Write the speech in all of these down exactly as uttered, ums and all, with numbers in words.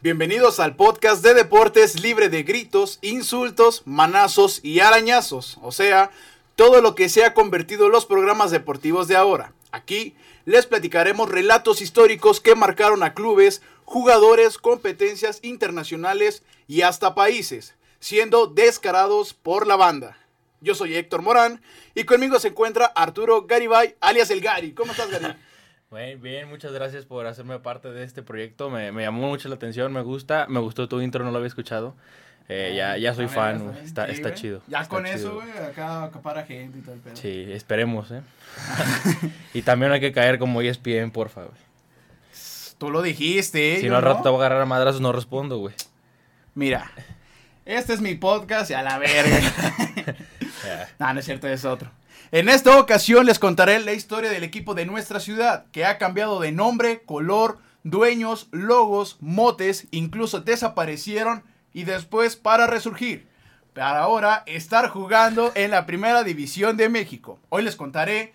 Bienvenidos al podcast de deportes libre de gritos, insultos, manazos y arañazos, o sea, todo lo que se ha convertido en los programas deportivos de ahora. Aquí les platicaremos relatos históricos que marcaron a clubes, jugadores, competencias internacionales y hasta países, siendo descarados por la banda. Yo soy Héctor Morán y conmigo se encuentra Arturo Garibay, alias El Gary. ¿Cómo estás, Gary? Bien, bien, muchas gracias por hacerme parte de este proyecto, me, me llamó mucho la atención, me gusta, me gustó tu intro, no lo había escuchado, eh, ya, ya soy fan, güey. está, sí, está güey. chido. Ya está con chido. eso, güey, acá acapara gente y todo el pedo. Sí, esperemos, eh. Y también hay que caer como E S P N, porfa, güey. Tú lo dijiste, ¿eh? Si Yo no al rato te voy a agarrar a madrazos, no respondo, güey. Mira, este es mi podcast y a la verga. No, no es cierto, es otro. En esta ocasión les contaré la historia del equipo de nuestra ciudad, que ha cambiado de nombre, color, dueños, logos, motes, incluso desaparecieron y después para resurgir. Para ahora estar jugando en la Primera División de México. Hoy les contaré,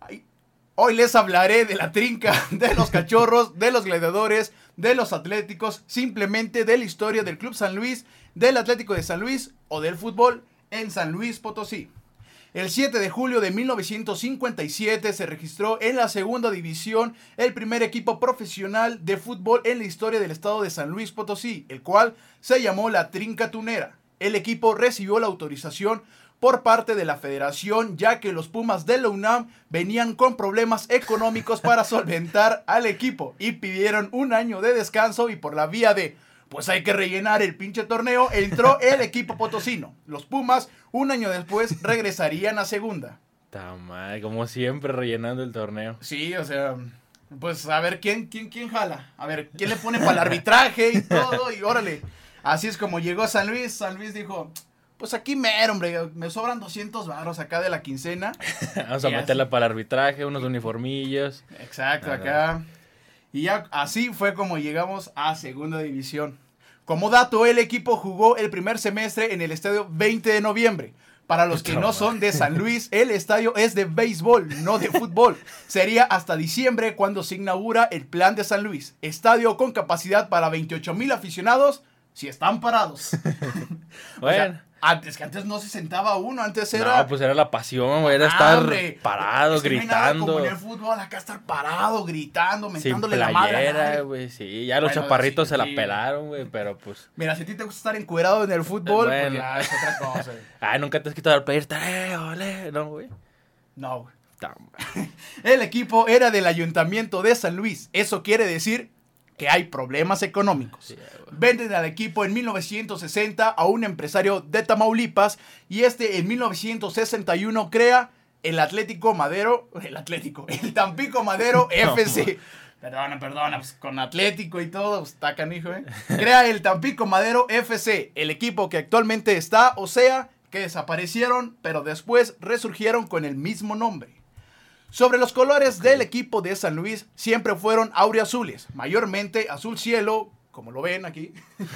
hoy les hablaré de la trinca, de los cachorros, de los gladiadores, de los atléticos, simplemente de la historia del Club San Luis, del Atlético de San Luis o del fútbol en San Luis Potosí. El siete de julio de mil novecientos cincuenta y siete se registró en la segunda división el primer equipo profesional de fútbol en la historia del estado de San Luis Potosí, el cual se llamó la Trinca Tunera. El equipo recibió la autorización por parte de la federación, ya que los Pumas de la UNAM venían con problemas económicos para solventar al equipo y pidieron un año de descanso, y por la vía de pues hay que rellenar el pinche torneo, entró el equipo potosino. Los Pumas, un año después, regresarían a segunda. Está mal, como siempre, rellenando el torneo. Sí, o sea, pues a ver, ¿quién, quién, quién jala? A ver, ¿quién le pone para el arbitraje y todo? Y órale, así es como llegó San Luis. San Luis dijo, pues aquí mero, hombre, me sobran doscientos varos acá de la quincena. Vamos a meterla para el arbitraje, unos uniformillos. Exacto, Nada. acá. Y ya así fue como llegamos a segunda división. Como dato, el equipo jugó el primer semestre en el estadio veinte de noviembre. Para los que no son de San Luis, el estadio es de béisbol, no de fútbol. Sería hasta diciembre cuando se inaugura el Plan de San Luis. Estadio con capacidad para veintiocho mil aficionados, si están parados. Bueno. O sea, antes, que antes no se sentaba uno, antes era... No, pues era la pasión, güey, era Ah, estar hombre, parado, es que no hay nada gritando. como en el fútbol, acá estar parado, gritando, Sin mentándole la madre a playera, nadie. güey, sí, ya los Bueno, chaparritos sí, se la sí. pelaron, güey, pero pues... Mira, si a ti te gusta estar encuerado en el fútbol, Bueno. pues ya es otra cosa. Ay, nunca te has quitado el player, eh, ole, no, güey. No, güey. Está mal. El equipo era del Ayuntamiento de San Luis. Eso quiere decir que hay problemas económicos. Sí, güey. Venden al equipo en mil novecientos sesenta a un empresario de Tamaulipas, y este en mil novecientos sesenta y uno crea el Atlético Madero, el Atlético, el Tampico Madero F C. Perdona, perdona, pues con Atlético y todo, pues está canijo, ¿eh? Crea el Tampico Madero F C, el equipo que actualmente está, o sea, que desaparecieron, pero después resurgieron con el mismo nombre. Sobre los colores del equipo de San Luis, siempre fueron auriazules, mayormente azul cielo, como lo ven aquí,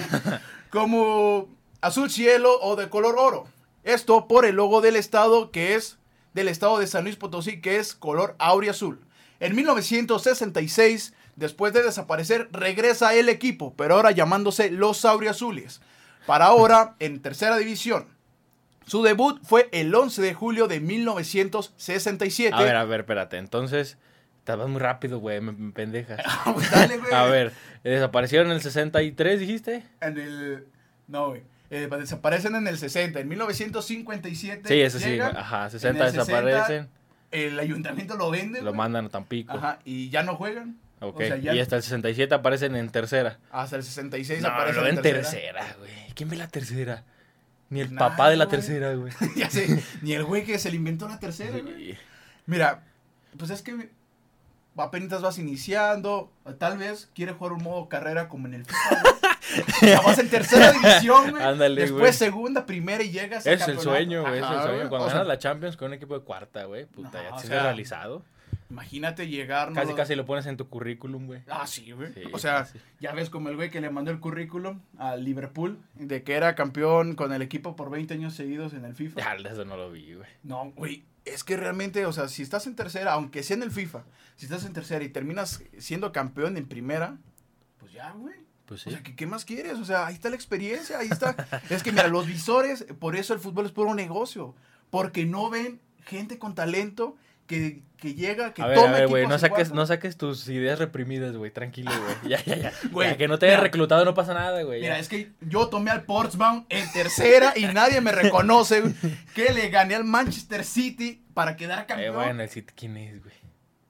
como azul cielo o de color oro. Esto por el logo del estado, que es del estado de San Luis Potosí, que es color auriazul. En mil novecientos sesenta y seis, después de desaparecer, regresa el equipo, pero ahora llamándose los auriazules, para ahora en tercera división. Su debut fue el once de julio de mil novecientos sesenta y siete. A ver, a ver, espérate, entonces... Te vas muy rápido, güey, me, me pendejas. Dale, güey. A ver, ¿desaparecieron en el sesenta y tres, dijiste? En el... No, güey. Eh, desaparecen en el sesenta. En mil novecientos cincuenta y siete. Sí, eso sí, llegan, ajá, sesenta en el sesenta, desaparecen, el ayuntamiento lo vende, lo güey. mandan a Tampico. Ajá, y ya no juegan. Ok, O sea, ya y hasta el sesenta y siete aparecen en tercera. hasta el sesenta y seis No, aparecen no en en tercera. tercera, güey. ¿Quién ve la tercera? Ni el Nadie, papá de la güey. tercera, güey. Ya sé, ni el güey que se le inventó la tercera, güey. Sí. Mira, pues es que apenas vas iniciando, o tal vez quiere jugar un modo carrera como en el FIFA, güey. O sea, vas en tercera división, güey. Ándale, Después güey. segunda, primera y llegas al Es el campeonato. sueño, güey, es el Ajá, sueño. Cuando o sea, ganas la Champions con un equipo de cuarta, güey, puta, No, ya o te sea, has realizado. Imagínate llegar, ¿no? Casi, casi lo pones en tu currículum, güey. Ah, sí, güey. Sí, o sea, sí. ya ves como el güey que le mandó el currículum al Liverpool de que era campeón con el equipo por veinte años seguidos en el FIFA. Ya, eso no lo vi, güey. No, güey, es que realmente, o sea, si estás en tercera, aunque sea en el FIFA, si estás en tercera y terminas siendo campeón en primera, pues ya, güey. Pues sí. O sea, ¿qué, ¿qué más quieres? O sea, ahí está la experiencia, ahí está. Es que mira, los visores, por eso el fútbol es puro negocio. Porque no ven gente con talento que, que llega, que a ver, toma a ver, güey, equipos no en saques, cuarta. no saques tus ideas reprimidas, güey, tranquilo, güey. Ya, ya, ya. Güey, Ya, que no te hayas mira, reclutado no pasa nada, güey. Mira, ya. es que yo tomé al Portsmouth en tercera y nadie me reconoce, güey, que le gané al Manchester City para quedar Eh, campeón. bueno, el City, ¿quién es, güey?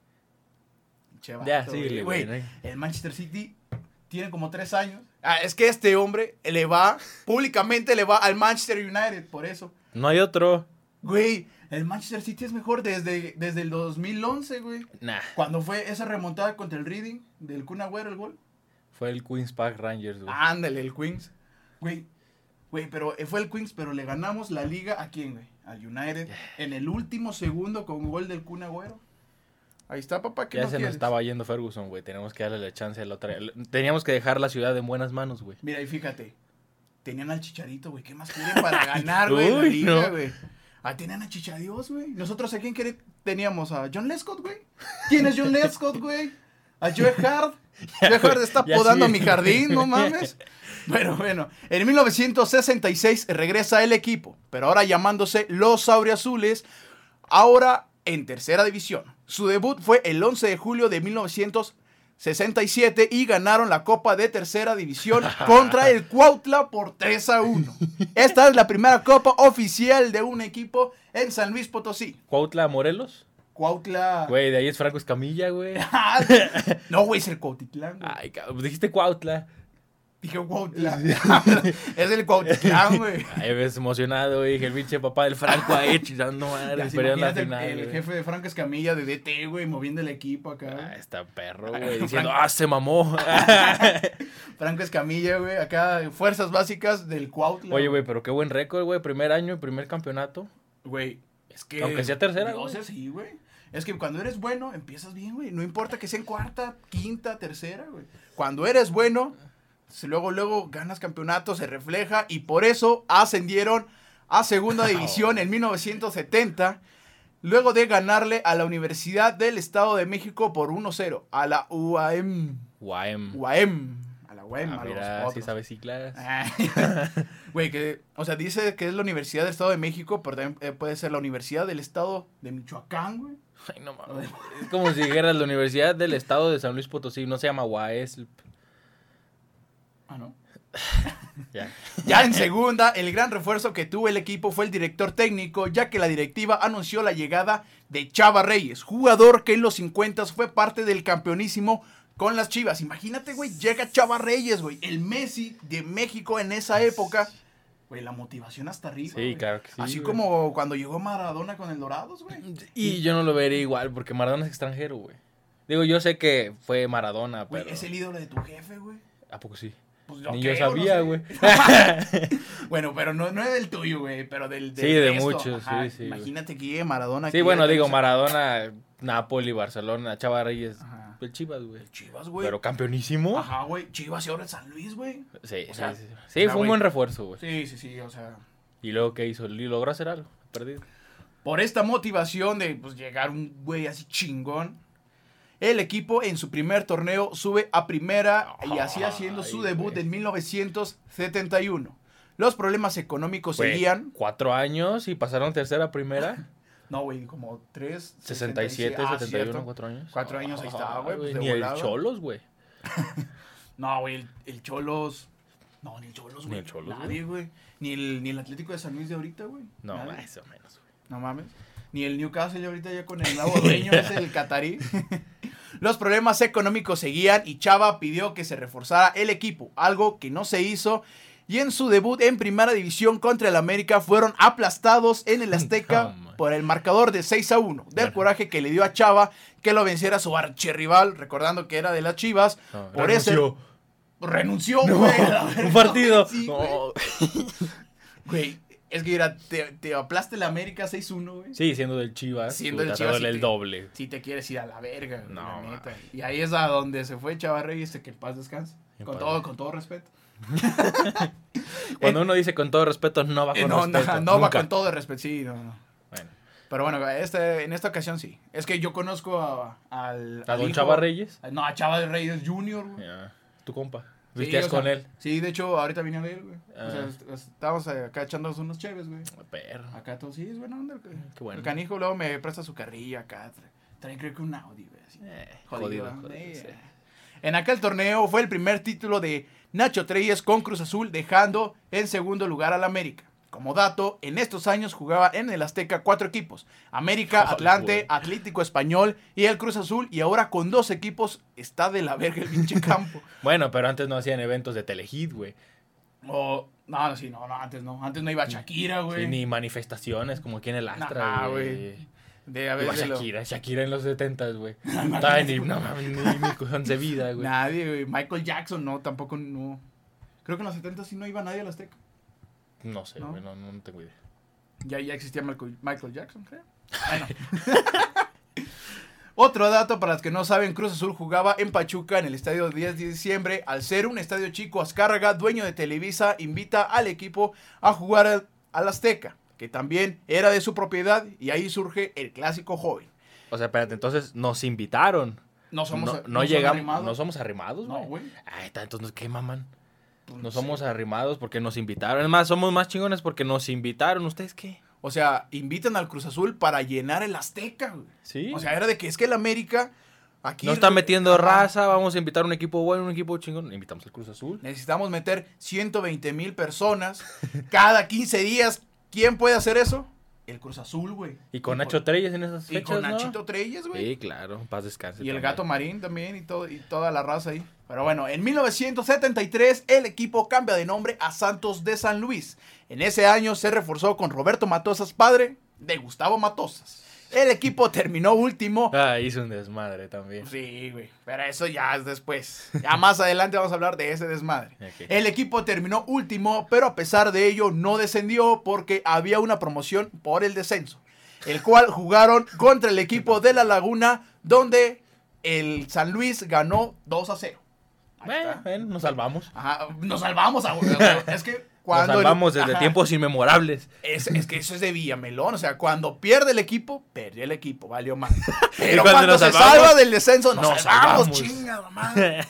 Che, Ya, vato, síguele, güey. güey, ¿no? El Manchester City tiene como tres años. Ah, es que este hombre le va, públicamente le va al Manchester United, por eso. No hay otro. Güey, el Manchester City es mejor desde, desde el dos mil once, güey. Nah, Cuando fue esa remontada contra el Reading del Kun Agüero, el gol. fue el Queen's Park Rangers, güey. Ándale, el Queens. Güey, güey, pero fue el Queens, pero le ganamos la liga a quién, güey? Al United. En el último segundo con gol del Kun Agüero. Ahí está, papá, ¿qué Ya no se quieres? nos estaba yendo Ferguson, güey. Tenemos que darle la chance a la otra. Teníamos que dejar la ciudad en buenas manos, güey. Mira, y fíjate. Tenían al Chicharito, güey. ¿Qué más quieren para ganar, güey? La Uy, liga, no. güey. Ah, tenían a Chichadios, güey. Nosotros a quién quere- teníamos a John Lescott, güey. ¿Quién es John Lescott, güey? A Joe Hart. Joe Hart está ya podando sí. mi jardín, no mames. Bueno, bueno. En mil novecientos sesenta y seis regresa el equipo, pero ahora llamándose Los Auriazules, ahora en tercera división. Su debut fue el once de julio de mil novecientos sesenta y siete y ganaron la Copa de Tercera División contra el Cuautla por tres a uno. Esta es la primera Copa oficial de un equipo en San Luis Potosí. Cuautla, Morelos. Cuautla... Güey, de ahí es Franco Escamilla, güey. No, güey, es el Cuautitlán, güey. Ay, cabrón, dijiste Cuautla. Dije Cuautla. Es el Cuautitlán, güey. Ay, ves emocionado, güey. Dije, el pinche papá del Franco ahí chillando madre. Ya, Esperando la imagínate final, el, el güey. jefe de Franco Escamilla de D T, güey, moviendo el equipo acá. Ah, güey. está perro, Ay, güey. Franco- Diciendo, ah, se mamó. Franco Escamilla, güey, acá, fuerzas básicas del Cuautla. Oye, güey, pero qué buen récord, güey. Primer año y primer campeonato. Güey, es que... Aunque sea tercera, No güey. sé, sí, güey. Es que cuando eres bueno, empiezas bien, güey. No importa que sea en cuarta, quinta, tercera, güey. Cuando eres bueno, luego, luego ganas campeonato, se refleja. Y por eso ascendieron a segunda división en mil novecientos setenta. Luego de ganarle a la Universidad del Estado de México por uno cero. A la U A M. Guaem. U A M. A la U A M. Ah, a los mira, sí otros. sabes siglas. Ay, güey, que, o sea, dice que es la Universidad del Estado de México, pero también eh, puede ser la Universidad del Estado de Michoacán, güey. Ay, no mames. Es como si dijeras la Universidad del Estado de San Luis Potosí. No se llama U A S L P. Ah, ¿no? Ya. Ya en segunda, el gran refuerzo que tuvo el equipo fue el director técnico, ya que la directiva anunció la llegada de Chava Reyes, jugador que en los cincuenta fue parte del campeonísimo con las Chivas. Imagínate, güey, llega Chava Reyes, güey, el Messi de México en esa época. Güey, la motivación hasta arriba. Sí, güey. claro que sí, Así güey. como cuando llegó Maradona con el Dorados, güey. Y yo no lo vería igual, porque Maradona es extranjero, güey. Digo, yo sé que fue Maradona, Güey, pero... es el ídolo de tu jefe, güey. ¿A poco sí? Pues Ni creo, yo sabía, no sé. güey. Bueno, pero no, no es del tuyo, güey, pero del, del Sí, de resto. muchos, Ajá, sí, sí, güey. Imagínate que llegue Maradona. Sí, aquí bueno, a digo, Televisa. Maradona, Napoli, Barcelona, Chava Reyes, Ajá. el Chivas, güey. Chivas, güey. Pero campeonísimo. Ajá, güey. Chivas y ahora el San Luis, güey. Sí, O sí, sea, sí. Sí, o sea, fue un güey. buen refuerzo, güey. Sí, sí, sí, o sea. Y luego, ¿qué hizo? ¿Y logró hacer algo? Perdido. Por esta motivación de pues, llegar un güey así chingón, el equipo en su primer torneo sube a primera y así haciendo su Ay, debut güey. en mil novecientos setenta y uno. Los problemas económicos Güey, seguían. Cuatro años y pasaron tercera a primera. No, güey, como tres. sesenta y siete, ah, setenta y uno, cierto. cuatro años. Cuatro años ahí estaba, güey, pues, de Ni el volada. Cholos, güey. No, güey, el, el Cholos. No, ni el Cholos, Ni güey. el Cholos, Nadie, güey. Ni el, ni el Atlético de San Luis de ahorita, güey. No, Nadie. más o menos, güey. No mames. Ni el Newcastle de ahorita ya con el nuevo dueño, es el catarí. Los problemas económicos seguían y Chava pidió que se reforzara el equipo, algo que no se hizo. Y en su debut en Primera División contra el América fueron aplastados en el Azteca No, man. por el marcador de seis a uno. Del Bueno. coraje que le dio a Chava que lo venciera su archirrival, recordando que era de las Chivas. No, por renunció. eso renunció, No, güey. a la verga. un partido. Sí, güey. No. Güey, es que mira, te, te aplaste el América seis uno, güey. Sí, siendo del Chivas. Siendo del puta, Chivas, dándole sí el te- doble. Si te quieres ir a la verga, güey, No, la man. neta. Y ahí es a donde se fue Chava Reyes, que el paz descanse. Qué Con padre. todo, con todo respeto. Cuando uno dice con todo respeto, no va Eh, con no, no, respeto. no va nunca. con todo respeto, sí, no, no. Bueno, Pero bueno, este, en esta ocasión sí. Es que yo conozco a, al. ¿a al don hijo- Chava Reyes? No, a Chava Reyes junior, güey. Ya, tu compa. ¿Vistías sí, con sea, él? Sí, de hecho, ahorita vine a ver, güey. Ah. O sea, estábamos acá echándonos unos chéves, güey. Perro. Acá todo, sí, es buena onda. Qué bueno. El canijo luego me presta su carrilla acá. Traen creo que un Audi, güey. Así. Eh, jodido. jodido, jodido sí. En aquel torneo fue el primer título de Nacho Treyes con Cruz Azul, dejando en segundo lugar al América. Como dato, en estos años jugaba en el Azteca cuatro equipos. América, oh, Atlante, güey. Atlético Español y el Cruz Azul. Y ahora con dos equipos está de la verga el pinche campo. Bueno, pero antes no hacían eventos de Telehit, güey. Oh, no, sí, no, no, antes no. Antes no iba Shakira, güey. Sí, ni manifestaciones como aquí en el Astra, güey. De a ver, Shakira, lo... Shakira en los setentas, güey. No estaba ni, no, ni, ni concebida, güey. Nadie, güey. Michael Jackson, no, tampoco, no. Creo que en los setentas sí no iba nadie al Azteca. No sé, güey, no, no, no tengo idea. Ya, ya existía Michael, Michael Jackson, creo. Bueno. Otro dato para los que no saben, Cruz Azul jugaba en Pachuca en el estadio diez de diciembre. Al ser un estadio chico, Azcárraga, dueño de Televisa, invita al equipo a jugar al, al Azteca, que también era de su propiedad, y ahí surge el clásico joven. O sea, espérate, entonces nos invitaron. No somos, no, no, no llegamos, no somos arrimados, güey. No, güey. Ay, está, entonces, ¿qué maman? No somos sí. arrimados porque nos invitaron. Es más, somos más chingones porque nos invitaron. ¿Ustedes qué? O sea, invitan al Cruz Azul para llenar el Azteca, güey. Sí. O sea, era de que es que el América... Aquí no está metiendo raza, vamos a invitar a un equipo bueno, un equipo chingón. Invitamos al Cruz Azul. Necesitamos meter ciento veinte mil personas cada quince días. ¿Quién puede hacer eso? El Cruz Azul, güey. Y con y Nacho por... Treyes en esas fechas, Y con ¿no? Nachito Treyes, güey. Sí, claro, paz descanse. Y también. El Gato Marín también y, todo, y toda la raza ahí. Pero bueno, en mil novecientos setenta y tres el equipo cambia de nombre a Santos de San Luis. En ese año se reforzó con Roberto Matosas, padre de Gustavo Matosas. El equipo terminó último. Ah, hizo un desmadre también. Sí, güey. Pero eso ya es después. Ya más adelante vamos a hablar de ese desmadre. Okay. El equipo terminó último, pero a pesar de ello no descendió porque había una promoción por el descenso, el cual jugaron contra el equipo de La Laguna, donde el San Luis ganó dos a cero. Bueno, bueno, nos salvamos. Ajá, nos salvamos. A, es que cuando... Nos salvamos desde ajá, tiempos inmemorables. Es, es que eso es de Villamelón. O sea, cuando pierde el equipo, perdió el equipo. Valió mal. Pero cuando, cuando se salvamos, salva del descenso, nos, nos salvamos. salvamos. Chingada madre.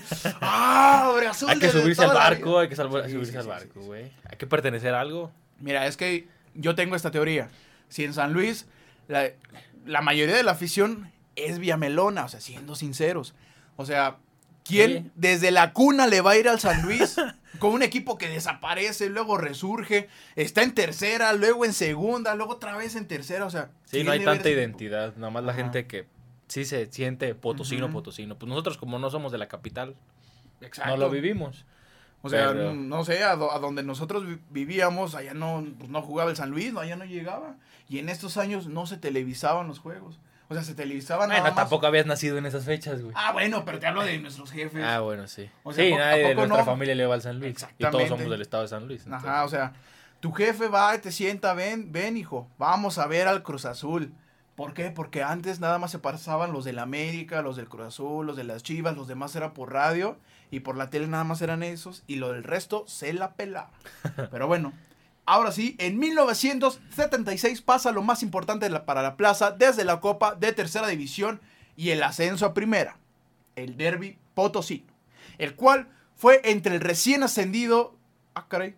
Ah, azul hay que subirse al barco. Hay que sí, subirse sí, al sí, barco, güey. Sí, sí. Hay que pertenecer a algo. Mira, es que yo tengo esta teoría. Si en San Luis, la, la mayoría de la afición es Villamelona. O sea, siendo sinceros. O sea... ¿Quién sí. desde la cuna le va a ir al San Luis con un equipo que desaparece, luego resurge, está en tercera, luego en segunda, luego otra vez en tercera? O sea, sí, no hay tanta identidad, nada más la Ajá. gente que sí se siente potosino, uh-huh. potosino. Pues nosotros como no somos de la capital, Exacto. no lo vivimos. O sea, pero... no sé, a, do, a donde nosotros vivíamos, allá no, pues no jugaba el San Luis, no, allá no llegaba. Y en estos años no se televisaban los juegos. O sea, se televisaban bueno, nada más. Tampoco habías nacido en esas fechas, güey. Ah, bueno, pero te hablo de nuestros jefes. Ah, bueno, sí. O sea, sí, nadie de nuestra no? familia le va al San Luis. Exactamente. Y todos somos del estado de San Luis. Entonces. Ajá, o sea, tu jefe va y te sienta, ven, ven, hijo, vamos a ver al Cruz Azul. ¿Por qué? Porque antes nada más se pasaban los del América, los del Cruz Azul, los de las Chivas, los demás era por radio y por la tele nada más eran esos y lo del resto se la pelaba. Pero bueno. Ahora sí, en mil novecientos setenta y seis pasa lo más importante de la, para la plaza desde la Copa de Tercera División y el ascenso a Primera, el Derbi Potosino, el cual fue entre el recién ascendido... Ah, caray.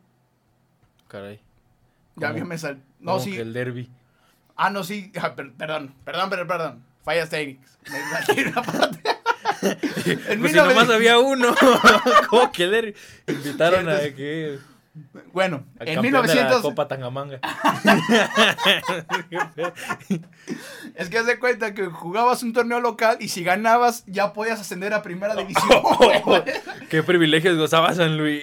Caray. Ya bien me sal... No, sí. Que el Derbi. Ah, no, sí. Ah, per, perdón, perdón, perdón, perdón. Fallas técnicas. Me salí una parte. En pues si nomás había uno. ¿Cómo que el Derbi? Invitaron a que... Bueno, al en mil novecientos... de la Copa Tangamanga. Es que haz de cuenta que jugabas un torneo local y si ganabas ya podías ascender a Primera División. Oh, qué privilegios gozaba San Luis.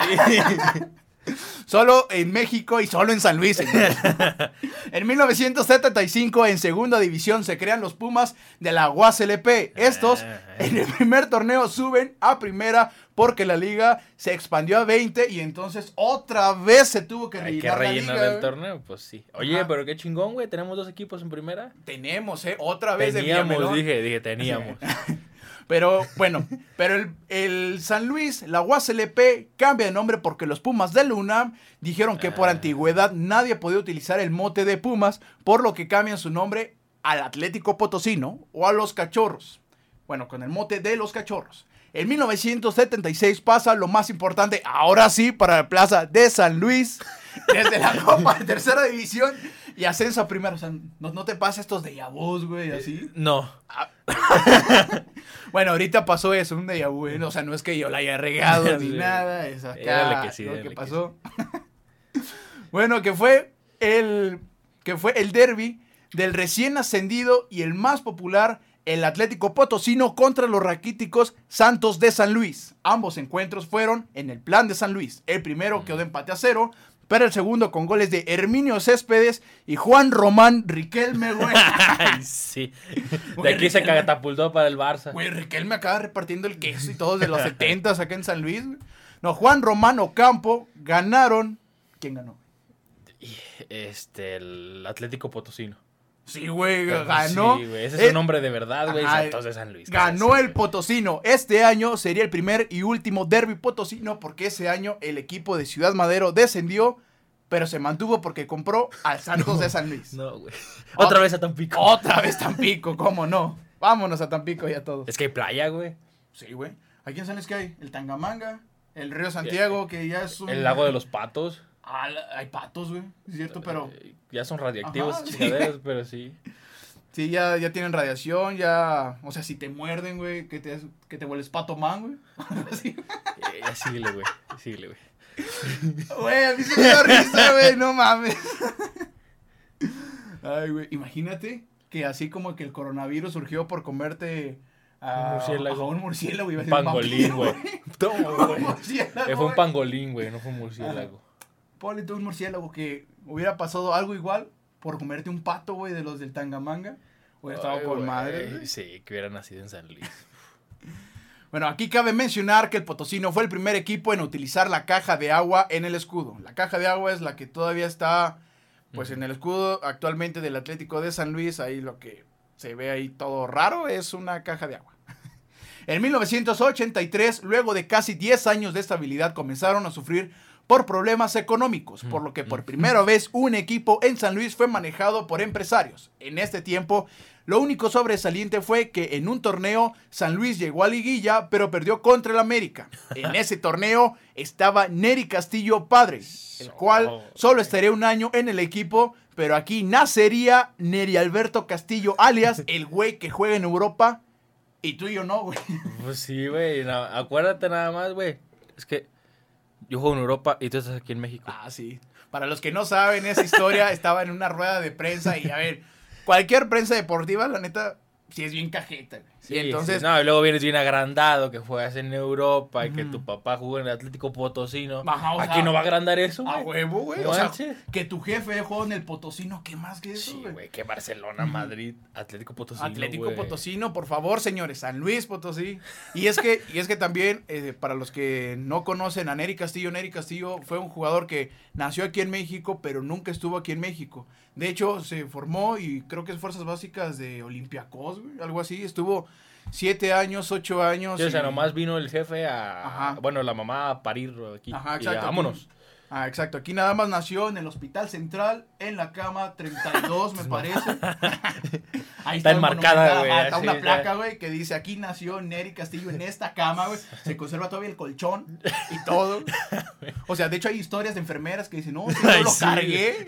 Solo en México y solo en San Luis. En mil novecientos setenta y cinco, en Segunda División, se crean los Pumas de la U A S L P. Estos, en el primer torneo, suben a Primera porque la liga se expandió a veinte y entonces otra vez se tuvo que rellenar, Hay que rellenar la liga, el ¿eh? torneo, pues sí. Oye, Ajá. pero qué chingón, güey, tenemos dos equipos en Primera. Tenemos, ¿eh? Otra vez teníamos, de Teníamos, dije, dije, teníamos. Pero, bueno, pero el, el San Luis, la U A S L P, cambia de nombre porque los Pumas de la UNAM dijeron que por antigüedad nadie podía utilizar el mote de Pumas, por lo que cambian su nombre al Atlético Potosino o a los Cachorros. Bueno, con el mote de los Cachorros. En mil novecientos setenta y seis pasa lo más importante, ahora sí, para la Plaza de San Luis, desde la Copa de Tercera División y ascenso a Primera. O sea, ¿no, no te pasa estos déjà vus, güey, así? No. Bueno, ahorita pasó eso, un déjà vu, ¿eh? O sea, no es que yo la haya regado ni Sí. nada, es acá Dale que sí, lo dale que que pasó. Bueno, que fue el que fue el derbi del recién ascendido y el más popular, el Atlético Potosino contra los raquíticos Santos de San Luis. Ambos encuentros fueron en el Plan de San Luis. El primero quedó empate a cero, pero el segundo con goles de Herminio Céspedes y Juan Román Riquelme, güey. Ay, sí. De aquí se catapultó para el Barça. Güey, Riquelme acaba repartiendo el queso y todo de los setentas acá en San Luis, güey. No, Juan Román Ocampo ganaron. ¿Quién ganó? Este, el Atlético Potosino. Sí, güey, ganó. Sí, güey, ese es eh, un nombre de verdad, güey, ajá, Santos de San Luis. Ganó el Potosino. Este año sería el primer y último derbi potosino porque ese año el equipo de Ciudad Madero descendió, pero se mantuvo porque compró al Santos No, de San Luis. No, güey. Otra vez a Tampico. Otra vez Tampico, ¿cómo no? Vámonos a Tampico ya todos. Es que hay playa, güey. Sí, güey. ¿Aquí en San Luis qué hay? El Tangamanga, el Río Santiago, que ya es un... El lago de los patos. Ah, hay patos, güey, es cierto, pero... Eh, Ya son radiactivos, Ajá, sí. chingaderas, pero sí. Sí, ya, ya tienen radiación, ya... O sea, si te muerden, güey, que te, que te vuelves pato man, güey. Así. Eh, ya síguele, güey. Síguele, güey. Güey, a mí se me da risa, güey, no mames. Ay, güey, imagínate que así como que el coronavirus surgió por comerte a Un murciélago. a un murciélago. Iba a Un decir un pangolín, vampiro, güey. Toma, güey. Un murciélago, Eh, Fue un güey. pangolín, güey, no fue un murciélago. Ponle tú un murciélago que hubiera pasado algo igual por comerte un pato, güey, de los del Tangamanga. Hubiera estado Ay, con güey, madre, güey. Sí, que hubiera nacido en San Luis. Bueno, aquí cabe mencionar que el Potosino fue el primer equipo en utilizar la caja de agua en el escudo. La caja de agua es la que todavía está, pues, Ujú. en el escudo actualmente del Atlético de San Luis. Ahí lo que se ve ahí todo raro es una caja de agua. En mil novecientos ochenta y tres, luego de casi diez años de estabilidad, comenzaron a sufrir por problemas económicos, por lo que por primera vez un equipo en San Luis fue manejado por empresarios. En este tiempo, lo único sobresaliente fue que en un torneo San Luis llegó a liguilla, pero perdió contra el América. En ese torneo estaba Neri Castillo padre, el cual solo estaría un año en el equipo, pero aquí nacería Neri Alberto Castillo, alias el güey que juega en Europa, y tú y yo no, güey. Pues sí, güey. No, acuérdate nada más, güey. Es que yo juego en Europa y tú estás aquí en México. Ah, sí. Para los que no saben, esa historia estaba en una rueda de prensa y, a ver, cualquier prensa deportiva, la neta, sí es bien cajeta, güey. Sí, y entonces... sí. No, y luego vienes bien agrandado que juegas en Europa y que Ujú. tu papá jugó en el Atlético Potosino. Ajá, o Aquí sea, no va a agrandar eso, a güey. huevo, güey. No O sea, manches. que tu jefe jugó en el Potosino, ¿qué más que eso, Sí, güey? güey, que Barcelona, Madrid, Atlético Potosino, Atlético güey. Potosino, por favor, señores, San Luis Potosí. Y es que, y es que también, eh, para los que no conocen a Neri Castillo, Neri Castillo fue un jugador que nació aquí en México, pero nunca estuvo aquí en México. De hecho, se formó y creo que es Fuerzas Básicas de Olympiacos, güey, algo así. Estuvo siete años, ocho años. Sí, o sea, y- nomás vino el jefe a... Ajá. Bueno, la mamá a parir aquí. Ajá, Y exacto. ya, vámonos. Ah, exacto. Aquí nada más nació en el Hospital Central, en la cama treinta y dos, me parece. Ahí Está el enmarcada, monumental, güey, ajá, Está así, una ya. placa, güey, que dice, aquí nació Neri Castillo en esta cama, güey. Se conserva todavía el colchón y todo. O sea, de hecho hay historias de enfermeras que dicen, no, sí, yo Ay, lo sí. cargué.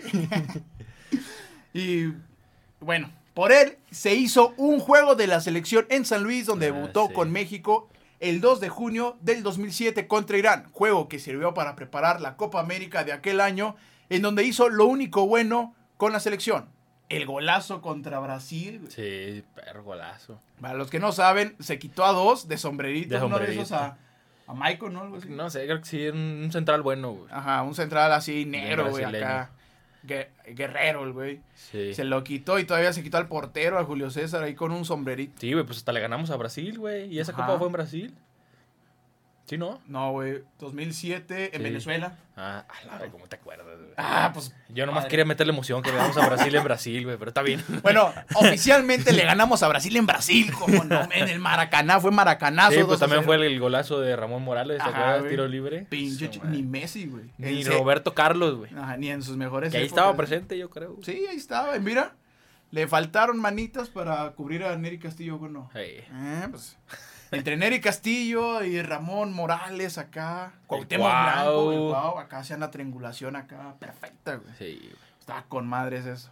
Y bueno, por él se hizo un juego de la selección en San Luis, donde Ah, debutó sí. con México el dos de junio del dos mil siete contra Irán, juego que sirvió para preparar la Copa América de aquel año, en donde hizo lo único bueno con la selección, el golazo contra Brasil. Güey. Sí, perro golazo. Para los que no saben, se quitó a dos de sombrerito, De uno de sombrerito. esos a, a Michael, ¿no? Algo así. No sé, creo que sí, un un central bueno, güey. Ajá, un central así negro, güey, brasileño. acá. Gue- Guerrero, el güey. Sí. Se lo quitó y todavía se quitó al portero, a Julio César, ahí con un sombrerito. Sí, güey, pues hasta le ganamos a Brasil, güey. ¿Y esa Ajá. copa fue en Brasil? ¿Sí, no? No, güey, dos mil siete en Sí. Venezuela. Ah, a la vez, ¿cómo te acuerdas, güey? Ah, pues, Yo nomás padre. quería meterle emoción que le ganamos a Brasil en Brasil, güey, pero está bien. bueno, oficialmente le ganamos a Brasil en Brasil, como no, en el Maracaná, fue Maracanazo. Sí, dos pues a también cero. fue el golazo de Ramón Morales, ¿te Ajá, acuerdas? güey. Tiro libre. Pinche, Su ch- madre. ni Messi, güey. Ni En se- Roberto Carlos, güey. Ajá, ni en sus mejores Que ahí épocas. estaba presente, yo creo. Sí, ahí estaba, y mira, le faltaron manitas para cubrir a Neri Castillo, ¿no? Hey. Eh, pues, Entre Nery Castillo y Ramón Morales acá. Cuauhtémoc Blanco, güey. Wow, acá hacían la triangulación acá. Perfecta, güey. Sí, güey. Estaba con madres eso.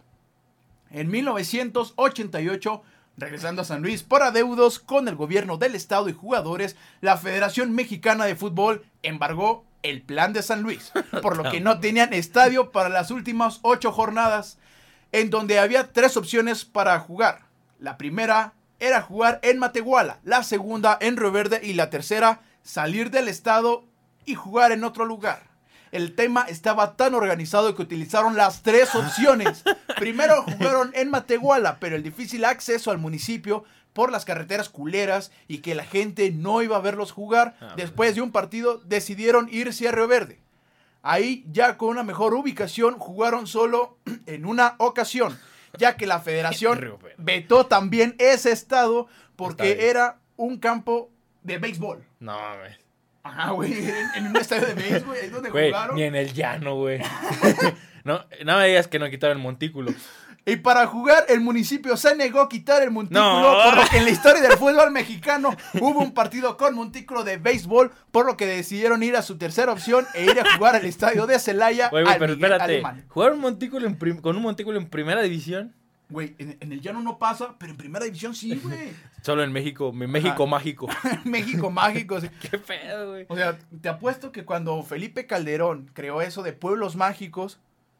En mil novecientos ochenta y ocho, regresando a San Luis por adeudos con el gobierno del estado y jugadores, la Federación Mexicana de Fútbol embargó el plan de San Luis, por lo que no tenían estadio para las últimas ocho jornadas, en donde había tres opciones para jugar. La primera era jugar en Matehuala, la segunda en Río Verde y la tercera salir del estado y jugar en otro lugar. El tema estaba tan organizado que utilizaron las tres opciones. Primero jugaron en Matehuala, pero el difícil acceso al municipio por las carreteras culeras y que la gente no iba a verlos jugar. Ah, después de un partido decidieron irse a Río Verde. Ahí, ya con una mejor ubicación, jugaron solo en una ocasión, ya que la federación vetó también ese estado porque era un campo de béisbol. No mames. Ajá, güey, en, en un estadio de béisbol, güey, ahí donde güey, jugaron. Ni en el llano, güey. no, no me digas que no quitaron el montículo. Y para jugar, el municipio se negó a quitar el montículo, no. Por lo que en la historia del fútbol mexicano hubo un partido con montículo de béisbol, por lo que decidieron ir a su tercera opción e ir a jugar al estadio de Celaya. Güey, güey, pero Miguel espérate, Alemán. ¿Jugar un montículo en prim- con un montículo en primera división? Güey, en, en el llano no pasa, pero en primera división sí, güey. Solo en México, en México Ajá. mágico. México mágico. Sí. Qué pedo, güey. O sea, te apuesto que cuando Felipe Calderón creó eso de pueblos mágicos,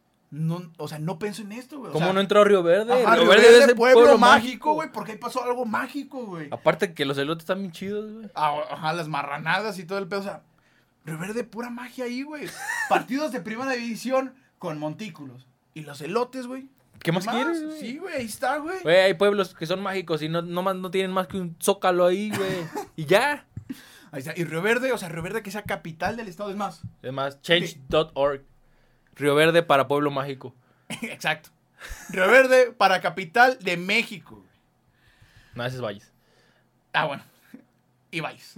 no, o sea, no pensó en esto, güey. ¿Cómo o sea, no entró a Río Verde? Ajá, Río Río Verde, Verde es el pueblo, pueblo mágico, güey, porque ahí pasó algo mágico, güey. Aparte que los elotes están bien chidos, güey. Ajá, las marranadas y todo el pedo, o sea, Río Verde, pura magia ahí, güey. Partidos de primera división con montículos. Y los elotes, güey. ¿Qué más, más quieres, güey? Sí, güey, ahí está, güey. Güey, hay pueblos que son mágicos y no, no, más, no tienen más que un zócalo ahí, güey. Y ya. Ahí está. Y Río Verde, o sea, Río Verde que sea capital del estado, es más. Es más, change punto org. Río Verde para pueblo mágico. Exacto. Río Verde para capital de México, güey. No, ese es Valles. Ah, bueno. Y Valles.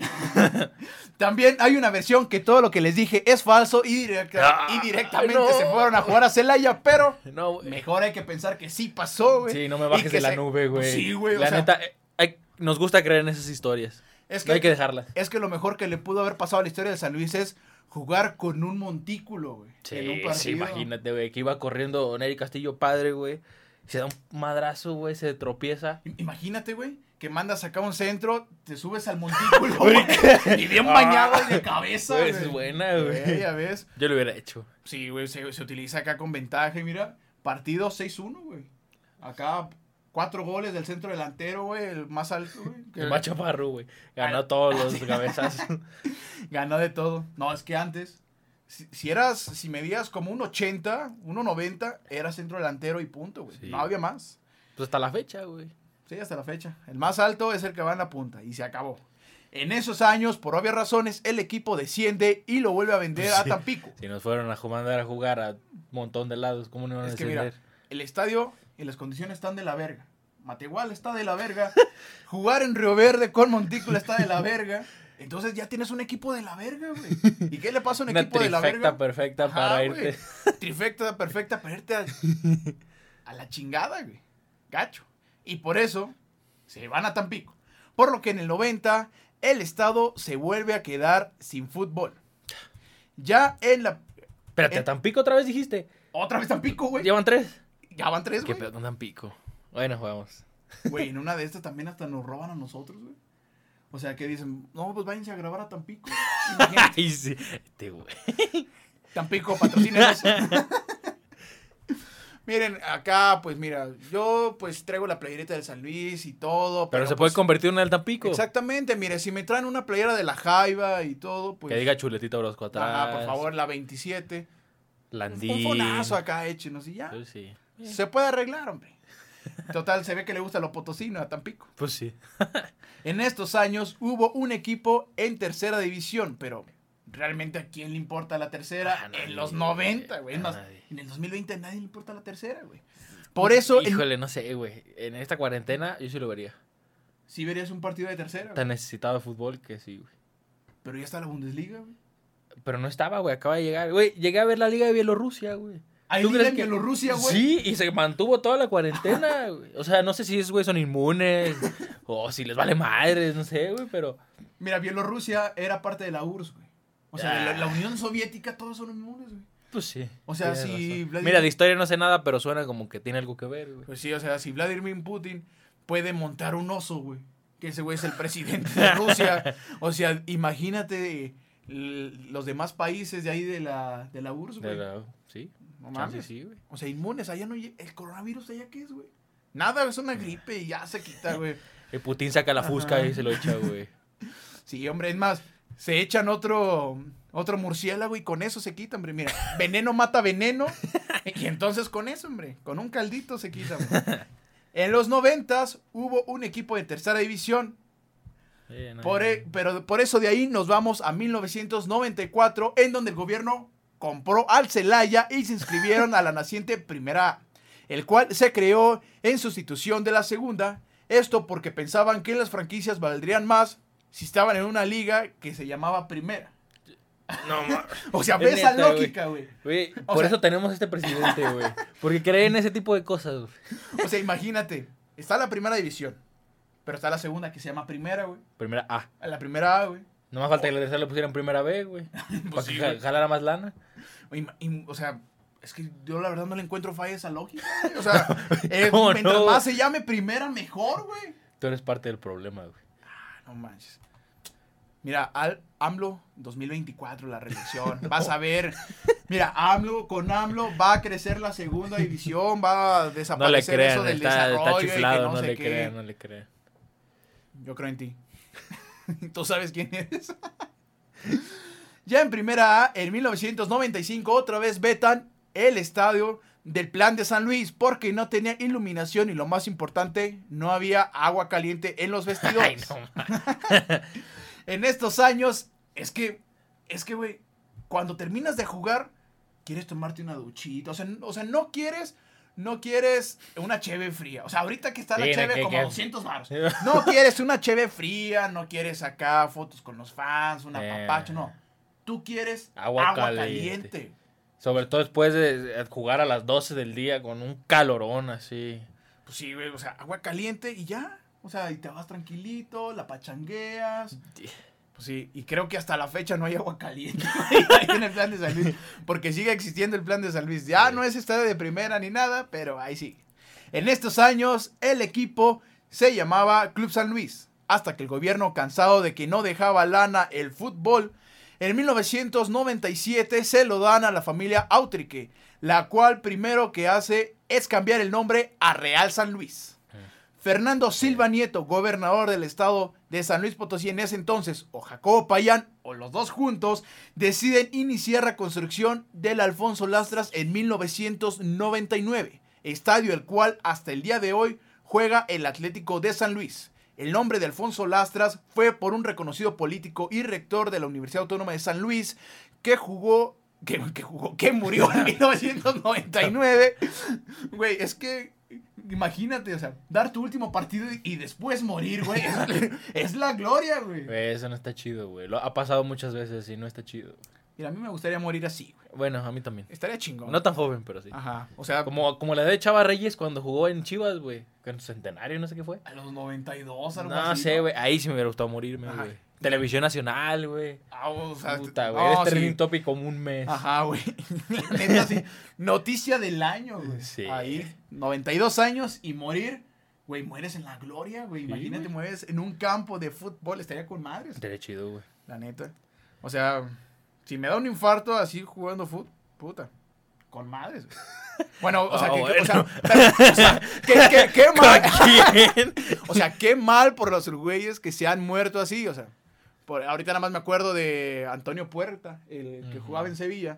También hay una versión que todo lo que les dije es falso y, directa, ah, y directamente no. se fueron a jugar a Celaya, pero no, mejor hay que pensar que sí pasó, güey. Sí, no me bajes de la se... nube, güey. Sí, güey. La o sea, neta, hay... nos gusta creer en esas historias. Es que, no hay que dejarlas. Es que lo mejor que le pudo haber pasado a la historia de San Luis es jugar con un montículo, güey. Sí, en un partido. Sí, imagínate, güey, que iba corriendo Nery Castillo padre, güey. Se da un madrazo, güey, se tropieza. Imagínate, güey, que mandas acá un centro, te subes al montículo, güey, y bien bañado y de cabeza, güey. Es buena, güey. Ya ves. Yo lo hubiera hecho. Sí, güey, se, se utiliza acá con ventaja, y mira, partido seis uno, güey. Acá, cuatro goles del centro delantero, güey, el más alto, güey. El más chaparro, güey. Ganó ah, todos los cabezazos. Ganó de todo. No, es que antes... Si, si eras, si medías como un ochenta, un noventa, eras centro delantero y punto, güey. Sí. No había más. Pues hasta la fecha, güey. Sí, hasta la fecha. El más alto es el que va en la punta y se acabó. En esos años, por obvias razones, el equipo desciende y lo vuelve a vender sí. a Tampico. Si nos fueron a mandar a jugar a un montón de lados, ¿cómo no iban a descender? Es que mira, el estadio y las condiciones están de la verga. Matehuala está de la verga. Jugar en Río Verde con montículo está de la verga. Entonces ya tienes un equipo de la verga, güey. ¿Y qué le pasa a un Una equipo de la verga? Trifecta perfecta Ajá, para irte. Güey. Trifecta perfecta para irte a, a la chingada, güey. Gacho. Y por eso se van a Tampico. Por lo que en el noventa el estado se vuelve a quedar sin fútbol. Ya en la... Espérate, en... ¿a Tampico otra vez dijiste? Otra vez Tampico, güey. ¿Llevan tres? Ya van tres, güey. ¿Qué pedo con Tampico? Bueno, jugamos. Güey, en una de estas también hasta nos roban a nosotros, güey. O sea, que dicen, no, pues váyanse a grabar a Tampico. Ay, sí. Este, güey. Tampico, patrocínenos. Miren, acá, pues mira, yo pues traigo la playerita del San Luis y todo. Pero, pero se pues, puede convertir en una del Tampico. Exactamente, mire, si me traen una playera de la Jaiba y todo, pues. Que diga Chuletita Orozco atrás. Ajá, por favor, la veintisiete. Landín. Un fonazo acá, échenos y ya. Pues sí. Se puede arreglar, hombre. Total, se ve que le gusta lo potosino a Tampico. Pues sí. En estos años hubo un equipo en tercera división, pero realmente ¿a quién le importa la tercera? Ah, en los noventa, güey. En el dos mil veinte a nadie le importa la tercera, güey. Por eso... Híjole, en... no sé, güey. En esta cuarentena yo sí lo vería. ¿Sí verías un partido de tercera? Tan necesitado de fútbol que sí, güey. Pero ya está la Bundesliga, güey. Pero no estaba, güey. Acaba de llegar. Güey, llegué a ver la Liga de Bielorrusia, güey. Ahí dile en Bielorrusia, güey. Sí, y se mantuvo toda la cuarentena, güey. O sea, no sé si esos güey son inmunes o si les vale madres, no sé, güey, pero... Mira, Bielorrusia era parte de la U R S S, güey. O sea, de la, la Unión Soviética, todos son inmunes, güey. Pues sí. O sea, si... Vladimir... Mira, de historia no sé nada, pero suena como que tiene algo que ver, güey. Pues sí, o sea, si Vladimir Putin puede montar un oso, güey, que ese güey es el presidente de Rusia. O sea, imagínate los demás países de ahí de la, de la U R S S, güey. De la... Sí. No mames. Sí, güey. O sea, inmunes, allá no... ¿El coronavirus allá qué es, güey? Nada, es una gripe y ya se quita, güey. El Putin saca la fusca Ajá. y se lo echa, güey. Sí, hombre, es más, se echan otro, otro murciélago y con eso se quita, hombre. Mira, veneno mata veneno y entonces con eso, hombre, con un caldito se quita, hombre. En los noventas hubo un equipo de tercera división. Eh, no, por e, pero por eso de ahí nos vamos a mil novecientos noventa y cuatro, en donde el gobierno compró al Celaya y se inscribieron a la naciente Primera A, el cual se creó en sustitución de la segunda. Esto porque pensaban que las franquicias valdrían más si estaban en una liga que se llamaba Primera. No, o sea, ve esa lógica, güey. Por sea, eso tenemos este presidente, güey. Porque cree en ese tipo de cosas, güey. O sea, imagínate, está la Primera División, pero está la segunda que se llama Primera, güey. Primera A. La Primera A, güey. No más falta que la tercera le pusieran Primera B, güey. Pues para sí, que jalara más lana. Y, y, o sea, es que yo la verdad no le encuentro falla a esa lógica, güey. O sea, eh, mientras no? más se llame Primera, mejor, güey. Tú eres parte del problema, güey. Ah, no manches. Mira, al, AMLO dos mil veinticuatro, la reelección. No. Vas a ver. Mira, AMLO, con AMLO va a crecer la segunda división, va a desaparecer no le crean, eso del está, desarrollo. Está chiflado, y que no, no sé le qué. crean, no le crean. Yo creo en ti. ¿Tú sabes quién eres? Ya en Primera A, en mil novecientos noventa y cinco, otra vez vetan el estadio del Plan de San Luis porque no tenía iluminación y lo más importante, no había agua caliente en los vestidores. Ay, no, en estos años, es que, es que, güey, cuando terminas de jugar, quieres tomarte una duchita. O sea, o sea no quieres, no quieres una cheve fría. O sea, ahorita que está la sí, cheve que, como que... doscientos baros. No quieres una cheve fría, no quieres acá fotos con los fans, una eh. papacho, no. Tú quieres agua, agua caliente. caliente. Sobre todo después de jugar a las doce del día con un calorón así. Pues sí, güey, o sea, agua caliente y ya. O sea, y te vas tranquilito, la pachangueas. Pues sí, y creo que hasta la fecha no hay agua caliente ahí en el Plan de San Luis. Porque sigue existiendo el Plan de San Luis. Ya no es estadio de primera ni nada, pero ahí sigue. En estos años, el equipo se llamaba Club San Luis. Hasta que el gobierno, cansado de que no dejaba lana el fútbol, en mil novecientos noventa y siete se lo dan a la familia Autrique, la cual primero que hace es cambiar el nombre a Real San Luis. Fernando Silva Nieto, gobernador del estado de San Luis Potosí en ese entonces, o Jacobo Payán, o los dos juntos, deciden iniciar la construcción del Alfonso Lastras en mil novecientos noventa y nueve, estadio el cual hasta el día de hoy juega el Atlético de San Luis. El nombre de Alfonso Lastras fue por un reconocido político y rector de la Universidad Autónoma de San Luis que jugó, que, que jugó, que murió en mil novecientos noventa y nueve. Güey, es que imagínate, o sea, dar tu último partido y, y después morir, güey. Es, es la gloria, güey. Eso no está chido, güey. Lo ha pasado muchas veces y no está chido. Mira, a mí me gustaría morir así, güey. Bueno, a mí también. Estaría chingón. No tan joven, pero sí. Ajá, o sea... Como, como la de Chava Reyes cuando jugó en Chivas, güey. Con su centenario, no sé qué fue. A los noventa y dos, algo no así. No sé, güey. Ahí sí me hubiera gustado morirme, güey. Televisión Nacional, güey. Ah, o sea... Puta, güey. No, Eres trending sí. topic como un mes. Ajá, güey. La neta, sí. Noticia del año, güey. Sí. Ahí, noventa y dos años y morir... Güey, mueres en la gloria, güey. Sí, imagínate, güey. Mueres en un campo de fútbol. Estaría con madres. Estaría chido, güey. La neta. O sea... Si me da un infarto así jugando fútbol, puta, con madres. Bueno, o sea, oh, que, bueno. o sea, pero, o sea, qué, qué, qué mal. ¿Quién? O sea, qué mal por los güeyes que se han muerto así, o sea. Por, ahorita nada más me acuerdo de Antonio Puerta, el que uh-huh. jugaba en Sevilla.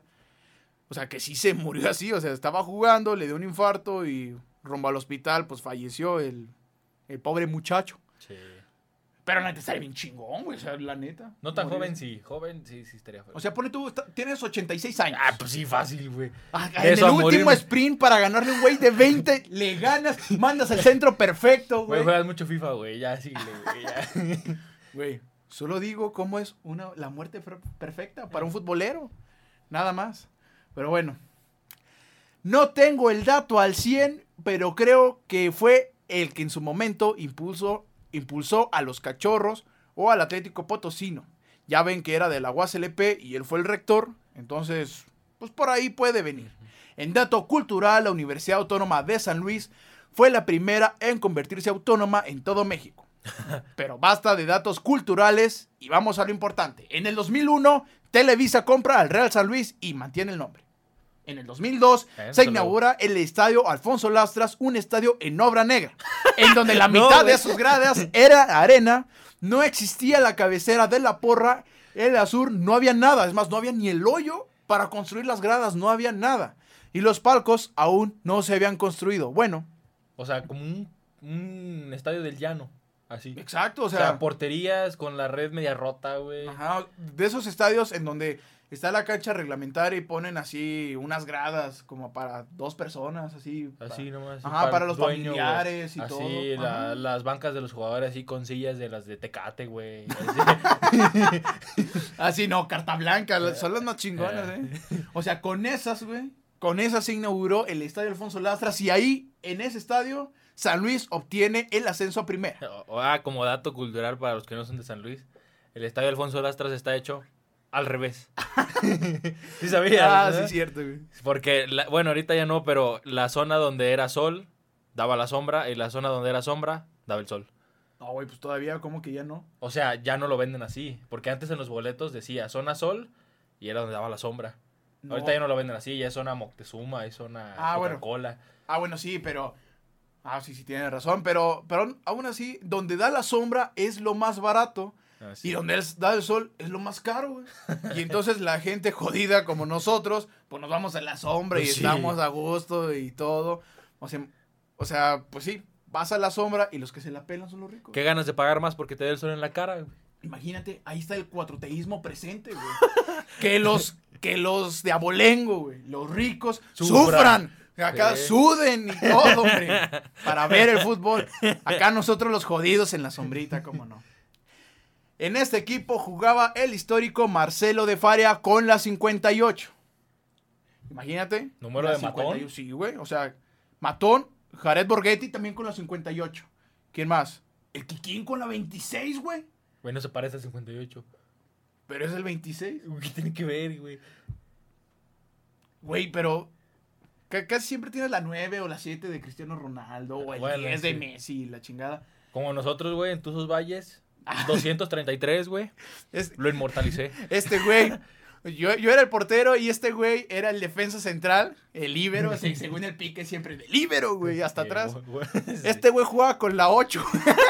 O sea, que sí se murió así, o sea, estaba jugando, le dio un infarto y rumbo al hospital, pues falleció el, el pobre muchacho. Sí. Pero la neta estaría bien chingón, güey, o sea, la neta. No tan joven, sí. Joven, sí, sí estaría joven. O sea, pone tú, está, tienes ochenta y seis años. Ah, pues sí, fácil, güey. Ah, en el último morirme. sprint para ganarle un güey de veinte, le ganas, mandas el centro perfecto, güey. Güey, juegas mucho FIFA, güey, ya síguele, güey, ya. Güey, solo digo cómo es una, la muerte perfecta para un futbolero. Nada más. Pero bueno. No tengo el dato al cien, pero creo que fue el que en su momento impulsó, impulsó a los Cachorros o al Atlético Potosino. Ya ven que era de la U A S L P y él fue el rector, entonces, pues por ahí puede venir. En dato cultural, la Universidad Autónoma de San Luis fue la primera en convertirse autónoma en todo México. Pero basta de datos culturales y vamos a lo importante. En el dos mil uno, Televisa compra al Real San Luis y mantiene el nombre. En el dos mil dos Éntalo. se inaugura el estadio Alfonso Lastras, un estadio en obra negra, en donde la mitad no, de sus gradas era arena, no existía la cabecera de la porra, en el sur no había nada, es más, no había ni el hoyo para construir las gradas, no había nada. Y los palcos aún no se habían construido. Bueno. O sea, como un, un estadio del llano. Así. Exacto, o sea, o sea, porterías con la red media rota, güey. Ajá, de esos estadios en donde está la cancha reglamentaria y ponen así unas gradas como para dos personas, así. Así para, nomás. Ajá, para, para los dueño, familiares y así, todo. Así, la, las bancas de los jugadores así con sillas de las de Tecate, güey. Así. así no, carta blanca, son las más chingonas, ¿eh? O sea, con esas, güey, con esas se inauguró el estadio Alfonso Lastras y ahí, en ese estadio, San Luis obtiene el ascenso a primera. Ah, como dato cultural para los que no son de San Luis, el estadio Alfonso Lastras está hecho al revés. ¿Sí sabías? Ah, ¿verdad? Sí, cierto, güey. Porque, la, bueno, ahorita ya no, pero la zona donde era sol daba la sombra y la zona donde era sombra daba el sol. No, güey, pues todavía, ¿cómo que ya no? O sea, ya no lo venden así, porque antes en los boletos decía zona sol y era donde daba la sombra. No. Ahorita ya no lo venden así, ya es zona Moctezuma, es zona ah, Coca-Cola. Bueno. Ah, bueno, sí, pero... Ah, sí, sí, tienes razón, pero, pero aún así, donde da la sombra es lo más barato ah, sí. y donde da el sol es lo más caro, güey. Y entonces la gente jodida como nosotros, pues nos vamos a la sombra pues y sí. estamos a gusto y todo. O sea, o sea, pues sí, vas a la sombra y los que se la pelan son los ricos. Qué ganas de pagar más porque te dé el sol en la cara, güey. Imagínate, ahí está el cuatroteísmo presente, güey. que los, que los de abolengo, güey, los ricos, sufran. sufran. Acá sí. suden y todo, hombre, para ver el fútbol. Acá nosotros los jodidos en la sombrita, cómo no. En este equipo jugaba el histórico Marcelo de Faria con la cincuenta y ocho. Imagínate. ¿Número de Matón? Sí, güey, o sea, Matón, Jared Borghetti también con la cincuenta y ocho. ¿Quién más? El Kikín con la veintiséis, güey. Güey, no se parece al cincuenta y ocho. Pero es el veintiséis. ¿Qué tiene que ver, güey? Güey, pero... Casi siempre tienes la nueve o la siete de Cristiano Ronaldo o el bueno, diez sí. de Messi, la chingada. Como nosotros, güey, en Tuzos Valles, doscientos treinta y tres, güey. Es, lo inmortalicé. Este güey, yo, yo era el portero y este güey era el defensa central, el líbero, así, según el pique siempre de líbero, güey, hasta sí, atrás. Güey, sí. Este güey jugaba con la ocho.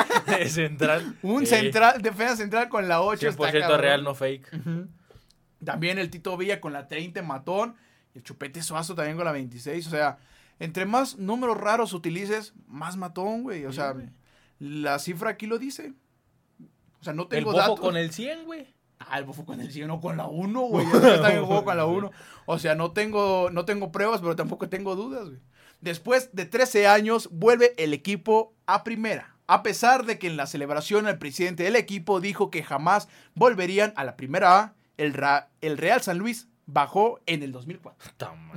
Central. Un sí. central, defensa central con la ocho. cien por ciento real, no fake. Uh-huh. También el Tito Villa con la treinta, Matón. El Chupete Suazo también con la veintiséis. O sea, entre más números raros utilices, más matón, güey. O sí, sea, güey. La cifra aquí lo dice. O sea, no tengo datos. El Bofo datos. con el cien, güey. Ah, el Bofo con el cien, no con la uno, güey. Ya está el Bofo con la uno. O sea, no tengo, no tengo pruebas, pero tampoco tengo dudas, güey. Después de trece años, vuelve el equipo a primera. A pesar de que en la celebración el presidente del equipo dijo que jamás volverían a la primera A, el, Ra- el Real San Luis bajó en el dos mil cuatro.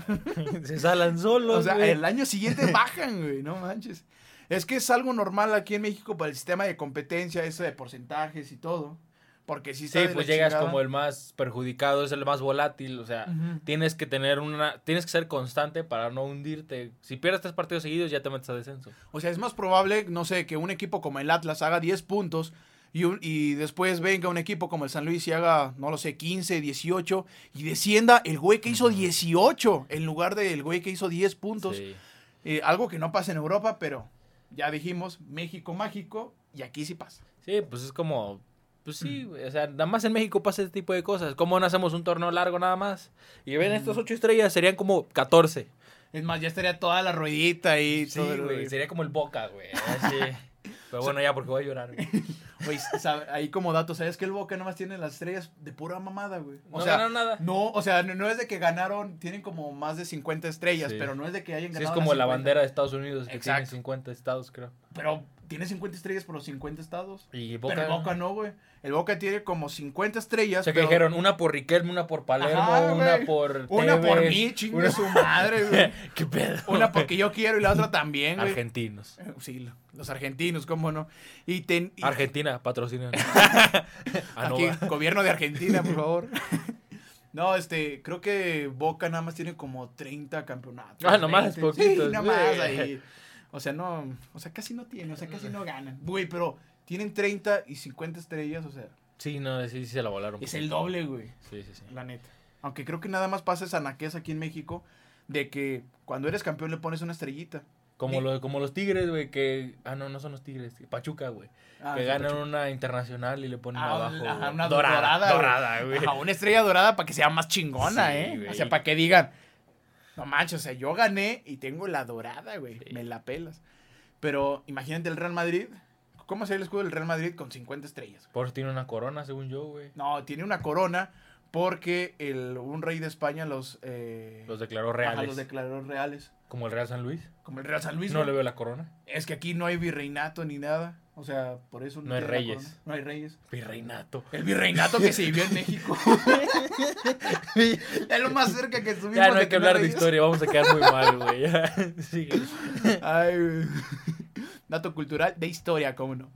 Se salan solos, o sea, güey. El año siguiente bajan, güey, no manches. Es que es algo normal aquí en México para el sistema de competencia, eso de porcentajes y todo. Porque si sí, pues llegas chingada. Como el más perjudicado, es el más volátil, o sea, uh-huh. tienes que tener una, tienes que ser constante para no hundirte. Si pierdes tres partidos seguidos, ya te metes a descenso. O sea, es más probable, no sé, que un equipo como el Atlas haga diez puntos y, un, y después venga un equipo como el San Luis y haga, no lo sé, quince, dieciocho y descienda el güey que hizo dieciocho en lugar del güey que hizo diez puntos. Sí. Eh, algo que no pasa en Europa, pero ya dijimos, México mágico y aquí sí pasa. Sí, pues es como... Pues sí, güey, o sea, nada más en México pasa este tipo de cosas. ¿Cómo no hacemos un torneo largo nada más? Y ven, mm. estos ocho estrellas serían como catorce. Es más, ya estaría toda la ruedita ahí. Sí, güey, sería como el Boca, güey. Así. Pero bueno, ya, porque voy a llorar, güey. Güey, ahí como dato, ¿sabes que el Boca nomás tiene las estrellas de pura mamada, güey? O no sea, ganaron nada. No, o sea, no, no es de que ganaron, tienen como más de cincuenta estrellas, sí. Pero no es de que hayan ganado. Sí, es como la bandera de Estados Unidos, que Exacto. tiene cincuenta estados, creo. pero tiene cincuenta estrellas por los cincuenta estados. Y Boca... Pero el Boca no, güey. El Boca tiene como cincuenta estrellas. O sea, pero... que dijeron una por Riquelme, una por Palermo, Ajá, una güey. por Una Tevez, por mí, chingue una... su madre, güey. ¿Qué pedo? Una porque yo quiero y la otra también, güey. Argentinos. Sí, los argentinos, cómo no. Y ten... y... Argentina, patrocina. Aquí, gobierno de Argentina, por favor. No, este, creo que Boca nada más tiene como treinta campeonatos. Ah, nomás poquitos. Sí, nada más ahí. O sea, no, o sea, casi no tiene, o sea, casi no ganan. Güey, pero tienen treinta y cincuenta estrellas, o sea. Sí, no, sí, sí se la volaron. Es el doble, güey. Sí, sí, sí. La neta. Aunque creo que nada más pasa esa naquez aquí en México de que cuando eres campeón le pones una estrellita. Como, Ni... lo, como los Tigres, güey, que... Ah, no, no son los Tigres. Pachuca, güey. Ah, que sí, ganan Pachuca. Una internacional y le ponen ah, abajo... Ajá, una dorada, dorada, dorada güey. Ajá, una estrella dorada para que sea más chingona, sí, ¿eh? Güey. O sea, para que digan... No manches, o sea, yo gané y tengo la dorada, güey. Sí. Me la pelas. Pero imagínate el Real Madrid... ¿Cómo sería el escudo del Real Madrid con cincuenta estrellas? Por eso tiene una corona, según yo, güey. No, tiene una corona porque el, un rey de España los... Eh, los declaró reales. Ajá, los declaró reales. ¿Como el Real San Luis? Como el Real San Luis. No, ¿no? le veo la corona. Es que aquí no hay virreinato ni nada. O sea, por eso... No, no hay reyes. No hay reyes. Virreinato. El virreinato que se vivió en México. Es lo más cerca que estuvimos. Ya no hay de que hablar de historia, vamos a quedar muy mal, güey. Sí. Ay, güey. Dato cultural de historia, cómo no.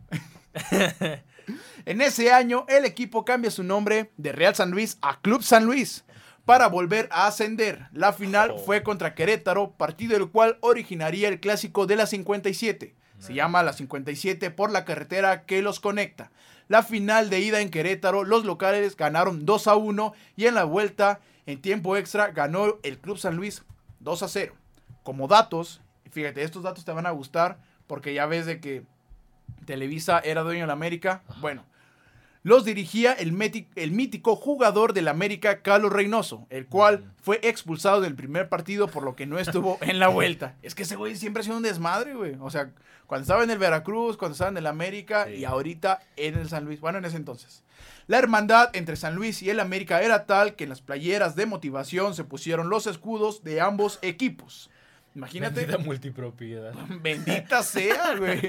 En ese año, el equipo cambia su nombre de Real San Luis a Club San Luis para volver a ascender. La final oh. fue contra Querétaro, partido del cual originaría el clásico de la cincuenta y siete. Se no. llama la cincuenta y siete por la carretera que los conecta. La final de ida en Querétaro, los locales ganaron dos a uno y en la vuelta, en tiempo extra, ganó el Club San Luis dos a cero. Como datos, fíjate, estos datos te van a gustar porque ya ves de que Televisa era dueño de la América. Bueno, los dirigía el, meti- el mítico jugador del América, Carlos Reynoso, el cual fue expulsado del primer partido por lo que no estuvo en la vuelta. Es que ese güey siempre ha sido un desmadre, güey. O sea, cuando estaba en el Veracruz, cuando estaba en el América sí. y ahorita en el San Luis. Bueno, en ese entonces. La hermandad entre San Luis y el América era tal que en las playeras de motivación se pusieron los escudos de ambos equipos. Imagínate. Bendita multipropiedad. Bendita sea, güey.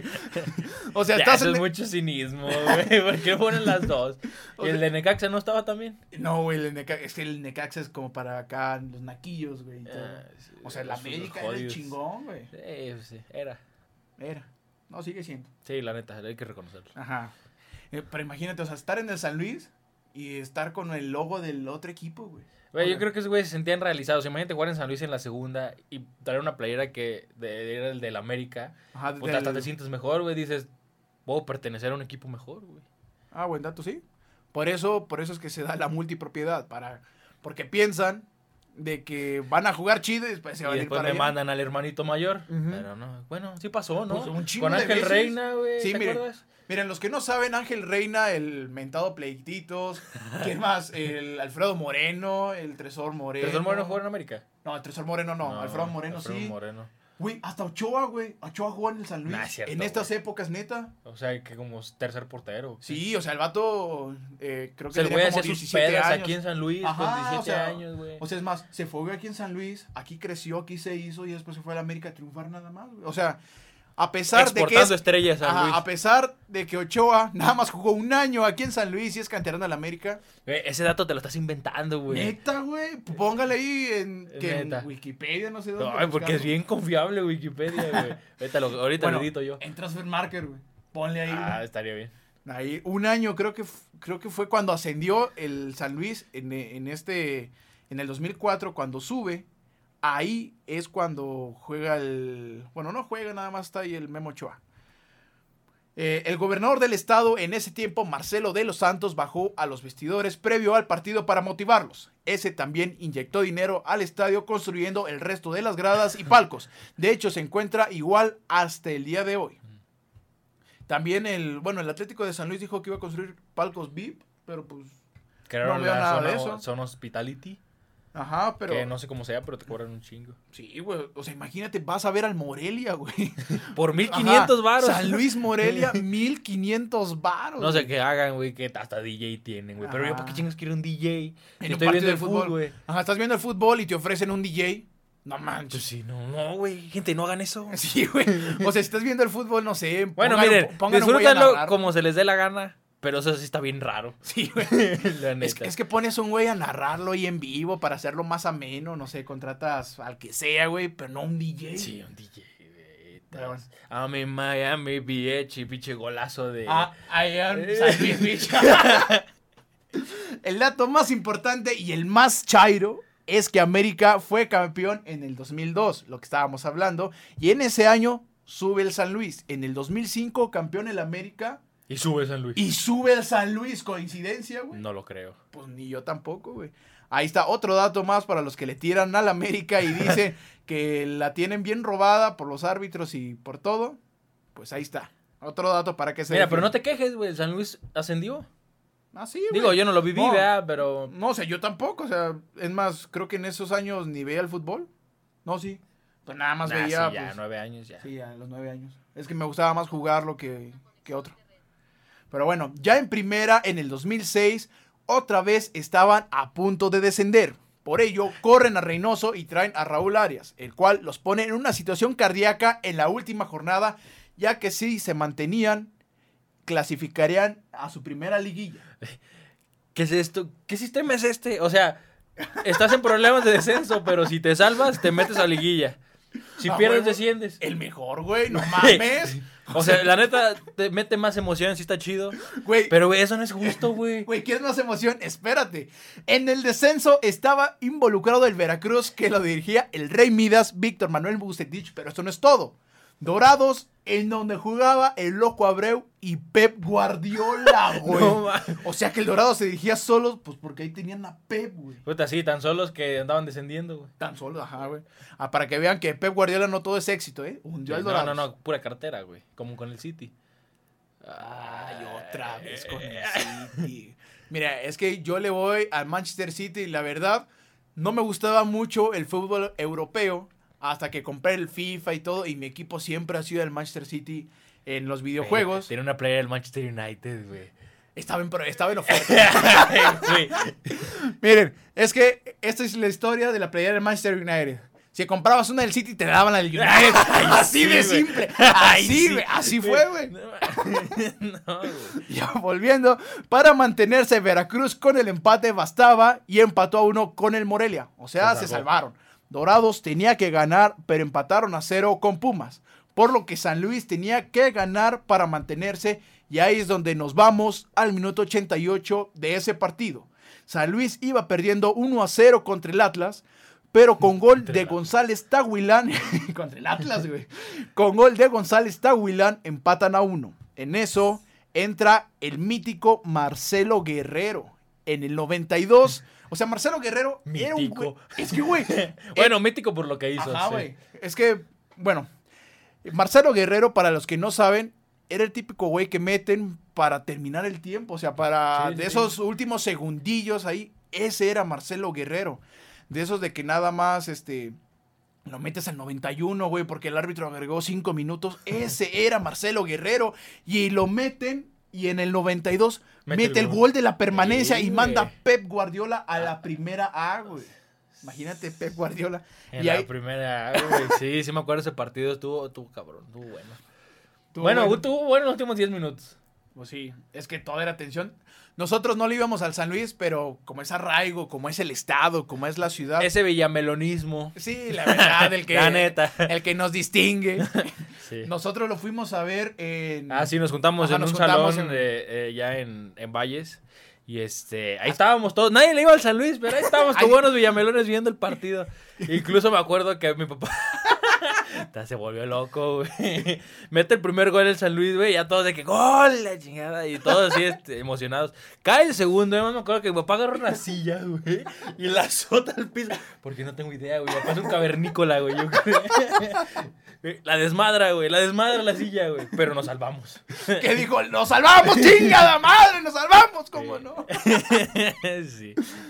O sea, ya, estás eso en... es mucho cinismo, güey. ¿Por qué ponen las dos? ¿Y el de Necaxa no estaba también? No, güey, el Necaxa, es que el Necaxa es como para acá, los naquillos, güey. Ah, sí, o sea, la América era el chingón, güey. Sí, sí, era. Era. No, sigue siendo. Sí, la neta, hay que reconocerlo. Ajá. Eh, pero imagínate, o sea, estar en el San Luis y estar con el logo del otro equipo, güey. Güey, yo creo que esos güeyes se sentían realizados. Imagínate jugar en San Luis en la segunda y traer una playera que de, era el del América. Ajá, pues hasta te sientes mejor, güey. Dices, puedo pertenecer a un equipo mejor, güey. Ah, buen dato, sí. Por eso, por eso es que se da la multipropiedad. Para, porque piensan de que van a jugar chido y después se van y a ir después para me allá. mandan al hermanito mayor. Uh-huh. Pero no, bueno, sí pasó, ¿no? Pues un chingo Con de Ángel veces. Reina, güey. Sí, ¿te miren, acuerdas? Miren, los que no saben, Ángel Reina, el mentado Pleititos, ¿quién más? El Alfredo Moreno, el Tresor Moreno. ¿Tresor Moreno jugó en América? No, el Tresor Moreno no, no Alfredo Moreno Alfredo sí. Moreno. Güey, hasta Ochoa, güey. Ochoa jugó en el San Luis. Nah, cierto, en estas güey. épocas, neta. O sea, que como tercer portero. Sí, o sea, el vato eh, creo que se tenía como sus diecisiete pedas años. aquí en San Luis Ajá, con diecisiete o sea, años, güey. O sea, es más, se fue aquí en San Luis, aquí creció, aquí se hizo y después se fue a la América a triunfar nada más, güey. O sea, a pesar de que es, estrellas San ajá, Luis. a pesar de que Ochoa nada más jugó un año aquí en San Luis y es canterano de la América. Güey, ese dato te lo estás inventando, güey. Neta, güey. Póngale ahí en, que en Wikipedia, no sé dónde. No, porque es bien confiable Wikipedia, güey. Ahorita lo, ahorita bueno, lo edito yo. En Transfer Marker, güey. Ponle ahí. Ah, güey. estaría bien. Ahí, un año creo que creo que fue cuando ascendió el San Luis en, en este en el dos mil cuatro cuando sube. Ahí es cuando juega el... Bueno, no juega, nada más está ahí el Memo Ochoa. Eh, el gobernador del estado en ese tiempo, Marcelo de los Santos, bajó a los vestidores previo al partido para motivarlos. Ese también inyectó dinero al estadio construyendo el resto de las gradas y palcos. De hecho, se encuentra igual hasta el día de hoy. También el... Bueno, el Atlético de San Luis dijo que iba a construir palcos V I P, pero pues... Crearon no veo la nada zona, de eso. Zona Hospitality. Ajá, pero... Que no sé cómo sea, pero te cobran un chingo. Sí, güey. O sea, imagínate, vas a ver al Morelia, güey. Por mil quinientos varos. San Luis Morelia, mil quinientos varos. No sé qué hagan, güey, que hasta D J tienen, güey. Pero yo, ¿para qué chingas quiero un D J? En un Estoy partido viendo de el fútbol, fútbol, güey. Ajá, estás viendo el fútbol y te ofrecen un D J. No manches. Pues sí, no, no, güey. Gente, no hagan eso. Sí, güey. O sea, si estás viendo el fútbol, no sé. Bueno, póngalo, miren, póngalo un güey a disfrútenlo narrar. como se les dé la gana. Pero eso sí está bien raro. Sí, güey. La neta. Es, es que pones un güey a narrarlo ahí en vivo para hacerlo más ameno. No sé, contratas al que sea, güey, pero no un D J. Sí, un D J, güey. Pero bueno. I'm in Miami Beach y pinche golazo de... Ah, I am San Luis Beach. El dato más importante y el más chairo es que América fue campeón en el dos mil dos, lo que estábamos hablando, y en ese año sube el San Luis. En el dos mil cinco, campeón el América. Y sube San Luis. Y sube el San Luis, ¿coincidencia, güey? No lo creo. Pues ni yo tampoco, güey. Ahí está otro dato más para los que le tiran al América y dicen que la tienen bien robada por los árbitros y por todo. Pues ahí está. Otro dato para que se... Mira, pero no te quejes, güey. San Luis ascendió. Ah, sí, güey. Digo, yo no lo viví, No. ¿verdad? Pero... No, o sea, yo tampoco, o sea, es más, creo que en esos años ni veía el fútbol. No, sí. Pues nada más Nah, veía, sí, ya, pues, nueve años ya. sí, a los nueve años. Es que me gustaba más jugarlo que, que otro. Pero bueno, ya en primera, en el dos mil seis, otra vez estaban a punto de descender. Por ello, corren a Reynoso y traen a Raúl Arias, el cual los pone en una situación cardíaca en la última jornada, ya que si se mantenían, clasificarían a su primera liguilla. ¿Qué es esto? ¿Qué sistema es este? O sea, estás en problemas de descenso, pero si te salvas, te metes a liguilla. Si No, pierdes, güey, desciendes. El mejor, güey, no mames. O sea, la neta, te mete más emoción, sí está chido. Güey, Pero, güey, eso no es justo, güey. Güey, ¿qué es más emoción? Espérate. En el descenso estaba involucrado el Veracruz, que lo dirigía el Rey Midas, Víctor Manuel Bucetich, pero esto no es todo. Dorados, en donde jugaba el Loco Abreu y Pep Guardiola, güey. No, ma- O sea que el Dorado se dirigía solo, pues porque ahí tenían a Pep, güey. Puta, sí, tan solos que andaban descendiendo, güey. Tan solo, ajá, güey. Ah, para que vean que Pep Guardiola no todo es éxito, ¿eh? Hundió al No, Dorados. no, no, pura cartera, güey. Como con el City. Ay, otra vez con el City. Mira, es que yo le voy al Manchester City y la verdad, no me gustaba mucho el fútbol europeo hasta que compré el FIFA y todo y mi equipo siempre ha sido el Manchester City en los videojuegos. Tiene una playa del Manchester United, güey. Estaba en, estaba en oferta. Sí. Miren, es que esta es la historia de la playera del Manchester United. Si comprabas una del City, te daban la del United. Así sí, de güey. simple. Ay, Así, sí. güey. Así fue, güey. No, no, güey. Ya volviendo, para mantenerse Veracruz con el empate bastaba y empató a uno con el Morelia. O sea, Se se, salvó. salvaron. Dorados tenía que ganar, pero empataron a cero con Pumas. Por lo que San Luis tenía que ganar para mantenerse y ahí es donde nos vamos al minuto ochenta y ocho de ese partido. San Luis iba perdiendo uno a cero contra el Atlas, pero con gol de González Tahuilán, contra el Atlas, güey. Con gol de González Tahuilán empatan a uno. En eso entra el mítico Marcelo Guerrero. En el noventa y dos, o sea, Marcelo Guerrero era un Mítico. güey. Es que, güey. Bueno, mítico por lo que hizo. Ajá, sí. güey. Es que, bueno, Marcelo Guerrero, para los que no saben, era el típico güey que meten para terminar el tiempo. O sea, para Sí, de sí. esos últimos segundillos ahí, ese era Marcelo Guerrero. De esos de que nada más, este, lo metes al noventa y uno, güey, porque el árbitro agregó cinco minutos. Ese era Marcelo Guerrero. Y lo meten y en el noventa y dos mete, Mete el el gol. gol de la permanencia Sí, y manda güey. Pep Guardiola a la primera A, güey. Imagínate Pep Guardiola. En y la ahí, primera, güey. Sí, sí me acuerdo ese partido. Estuvo, estuvo cabrón, estuvo bueno. Estuvo bueno, bueno. estuvo bueno los últimos diez minutos. Pues sí, es que toda era tensión. Nosotros no le íbamos al San Luis, pero como es arraigo, como es el estado, como es la ciudad. Ese villamelonismo. Sí, la verdad, el que, La neta. el que nos distingue. Sí. Nosotros lo fuimos a ver en... Ah, sí, nos juntamos Ajá, en nos un juntamos salón en- de, eh, ya en, en Valles. Y este, ahí estábamos todos. Nadie le iba al San Luis, pero ahí estábamos Ahí- con buenos villamelones viendo el partido. Incluso me acuerdo que mi papá ta, se volvió loco, güey. Mete el primer gol el San Luis, güey. Ya todos de que gol, la chingada. Y todos así este, emocionados. Cae el segundo, además me acuerdo que mi papá agarró una silla, güey. Y la azota al piso. Porque no tengo idea, güey. Mi papá es un cavernícola, güey. Yo creo. La desmadra, güey. La desmadra la silla, güey. Pero nos salvamos. Que dijo, nos salvamos, chingada madre, nos salvamos, ¿cómo Sí. no? Sí.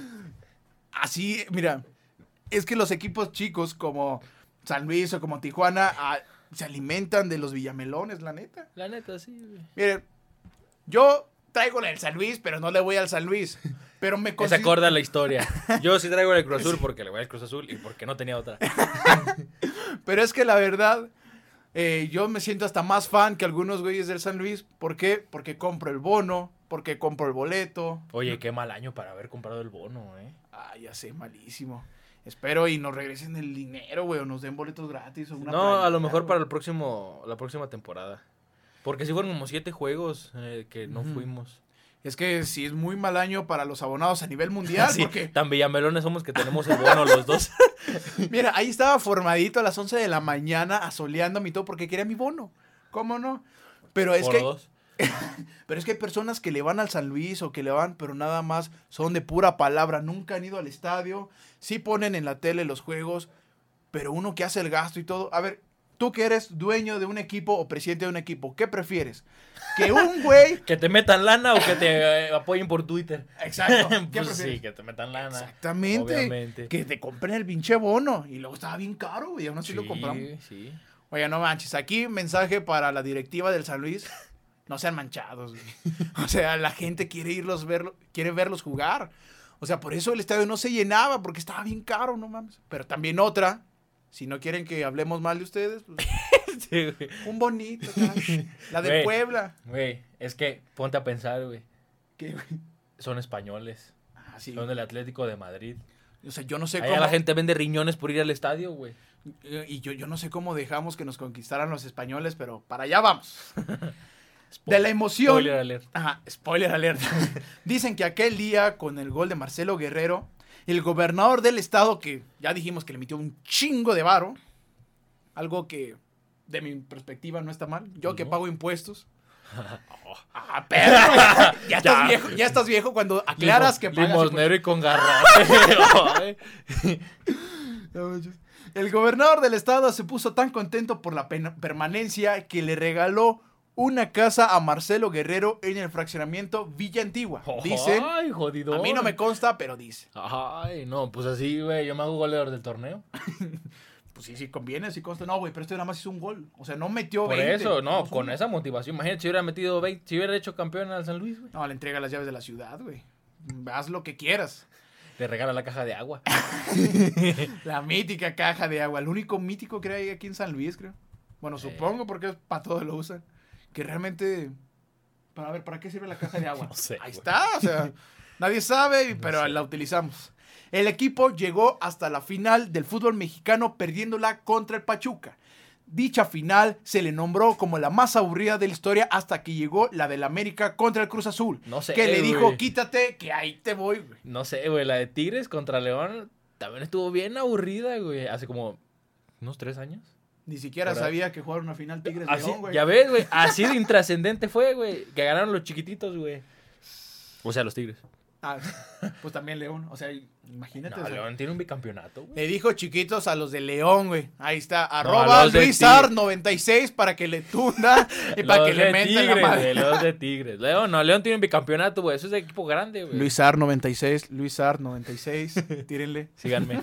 Así, mira, es que los equipos chicos como San Luis o como Tijuana ah, se alimentan de los villamelones, la neta. La neta, sí, güey. Miren, yo traigo la del San Luis, pero no le voy al San Luis. Pero me consider... Se acorda la historia. Yo sí traigo el Cruz Azul porque le voy al Cruz Azul y porque no tenía otra. Pero es que la verdad, eh, yo me siento hasta más fan que algunos güeyes del San Luis. ¿Por qué? Porque compro el bono, porque compro el boleto. Oye, qué mal año para haber comprado el bono, ¿eh? Ah, ya sé, malísimo. Espero y nos regresen el dinero, güey, o nos den boletos gratis o una No, playera, a lo mejor güey. para el próximo, la próxima temporada. Porque sí fueron como siete juegos eh, que no uh-huh. fuimos. Es que sí es muy mal año para los abonados a nivel mundial. Sí, porque... tan villamelones somos que tenemos el bono los dos. Mira, ahí estaba formadito a las once de la mañana asoleándome y todo porque quería mi bono. ¿Cómo no? Pero es Por que... dos. Pero es que hay personas que le van al San Luis o que le van, pero nada más son de pura palabra. Nunca han ido al estadio. Sí ponen en la tele los juegos, pero uno que hace el gasto y todo. A ver, tú que eres dueño de un equipo o presidente de un equipo, ¿qué prefieres? Que un güey... ¿Que te metan lana o que te eh, apoyen por Twitter? Exacto. ¿Qué pues prefieres? Sí, que te metan lana. Exactamente. Obviamente. Que te compren el pinche bono. Y luego estaba bien caro, güey. Aún así sí, lo compramos. Sí, Oye, no manches. Aquí mensaje para la directiva del San Luis. No sean manchados, güey. O sea, la gente quiere irlos verlo, quiere verlos jugar. O sea, por eso el estadio no se llenaba, porque estaba bien caro, no mames. Pero también otra, si no quieren que hablemos mal de ustedes, pues, sí, güey. Un bonito, ¿sabes? La de güey, Puebla. Güey, es que ponte a pensar, güey. ¿Qué, güey? Son españoles. Ah, sí. Son del Atlético de Madrid. O sea, yo no sé Allá cómo... la gente vende riñones por ir al estadio, güey. Y yo, yo no sé cómo dejamos que nos conquistaran los españoles, pero para allá vamos. De la emoción. Spoiler alert. Ajá, spoiler alert. Dicen que aquel día, con el gol de Marcelo Guerrero, el gobernador del estado, que ya dijimos que le metió un chingo de varo, algo que de mi perspectiva no está mal, yo uh-huh. que pago impuestos. oh. Ah, perro. ya, estás ya. Viejo, ya estás viejo cuando aclaras Limo, que pagas limosnero y con garrote. El gobernador del estado se puso tan contento por la permanencia que le regaló una casa a Marcelo Guerrero en el fraccionamiento Villa Antigua. Dicen. Ay, jodidón. A mí no me consta, pero dice. Ay, no, pues así, güey, yo me hago goleador del torneo. Pues sí, sí conviene, sí consta. No, güey, pero este nada más hizo un gol. O sea, no metió Por veinte. Por eso, no, con esa motivación. Imagínate si hubiera metido veinte, si hubiera hecho campeón al San Luis, güey. No, le entrega las llaves de la ciudad, güey. Haz lo que quieras. Le regala la caja de agua. La mítica caja de agua. El único mítico que hay aquí en San Luis, creo. Bueno, supongo eh. porque para todo lo usan. Que realmente... Para ver, ¿para qué sirve la caja de agua? No sé, Ahí güey. está, o sea... Nadie sabe, pero no sé. La utilizamos. El equipo llegó hasta la final del fútbol mexicano perdiéndola contra el Pachuca. Dicha final se le nombró como la más aburrida de la historia hasta que llegó la del América contra el Cruz Azul. No sé, Que le güey. dijo, quítate, que ahí te voy, güey. No sé, güey, la de Tigres contra León también estuvo bien aburrida, güey. Hace como unos tres años. Ni siquiera Ahora, sabía que jugaron una final Tigres así, León, güey. Ya ves, güey, así de intrascendente fue, güey. Que ganaron los chiquititos, güey. O sea, los Tigres. Ah, pues también León, o sea, imagínate. No, o sea, León tiene un bicampeonato, güey. Le dijo chiquitos a los de León, güey. Ahí está, arroba no, Luisar noventa y seis para que le tunda y para que le menten la madre. Los de Tigres. León, no, León tiene un bicampeonato, güey. Eso es de equipo grande, güey. Luisar noventa y seis, Luisar noventa y seis, tírenle. Síganme.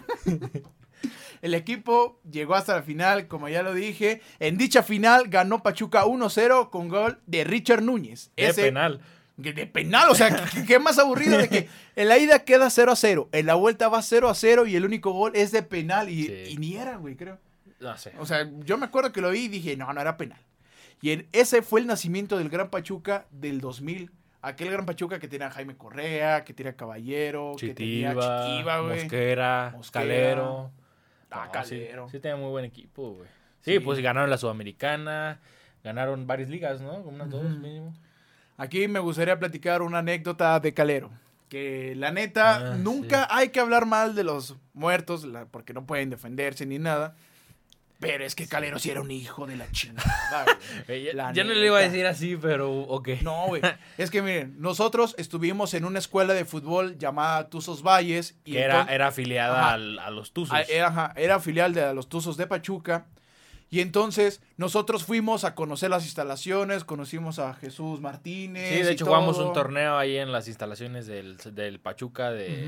El equipo llegó hasta la final, como ya lo dije. En dicha final ganó Pachuca uno cero con gol de Richard Núñez. De Ese, penal. De penal, o sea, ¿qué, qué más aburrido de que en la ida queda cero a cero, en la vuelta va cero a cero y el único gol es de penal y, sí. y ni era, güey, creo. No sé. O sea, yo me acuerdo que lo vi y dije, no, no era penal. Y en, ese fue el nacimiento del Gran Pachuca del dos mil. Aquel Gran Pachuca que tenía Jaime Correa, que tenía Caballero, Chitiva, que tenía Chitiva, güey. Mosquera, Mosquera, Calero. Ah, no, Calero. Sí, sí tenía muy buen equipo, güey. Sí, Sí. pues ganaron la Sudamericana, ganaron varias ligas, ¿no? Como unas Ujú. dos mínimo. Aquí me gustaría platicar una anécdota de Calero. Que la neta, Ah, nunca sí. hay que hablar mal de los muertos, la- porque no pueden defenderse ni nada. Pero es que Calero sí era un hijo de la chingada, güey. Eh, ya La ya no le iba a neta. decir así, pero ok. No, güey. Es que miren, nosotros estuvimos en una escuela de fútbol llamada Tuzos Valles. Y Que era, entonces- era afiliada Ajá. al- a los Tuzos. Ah, Era, ajá, era filial de los Tuzos de Pachuca. Y entonces nosotros fuimos a conocer las instalaciones, conocimos a Jesús Martínez. Sí, de y hecho jugamos todo. un torneo ahí en las instalaciones del, del Pachuca de, Ujú.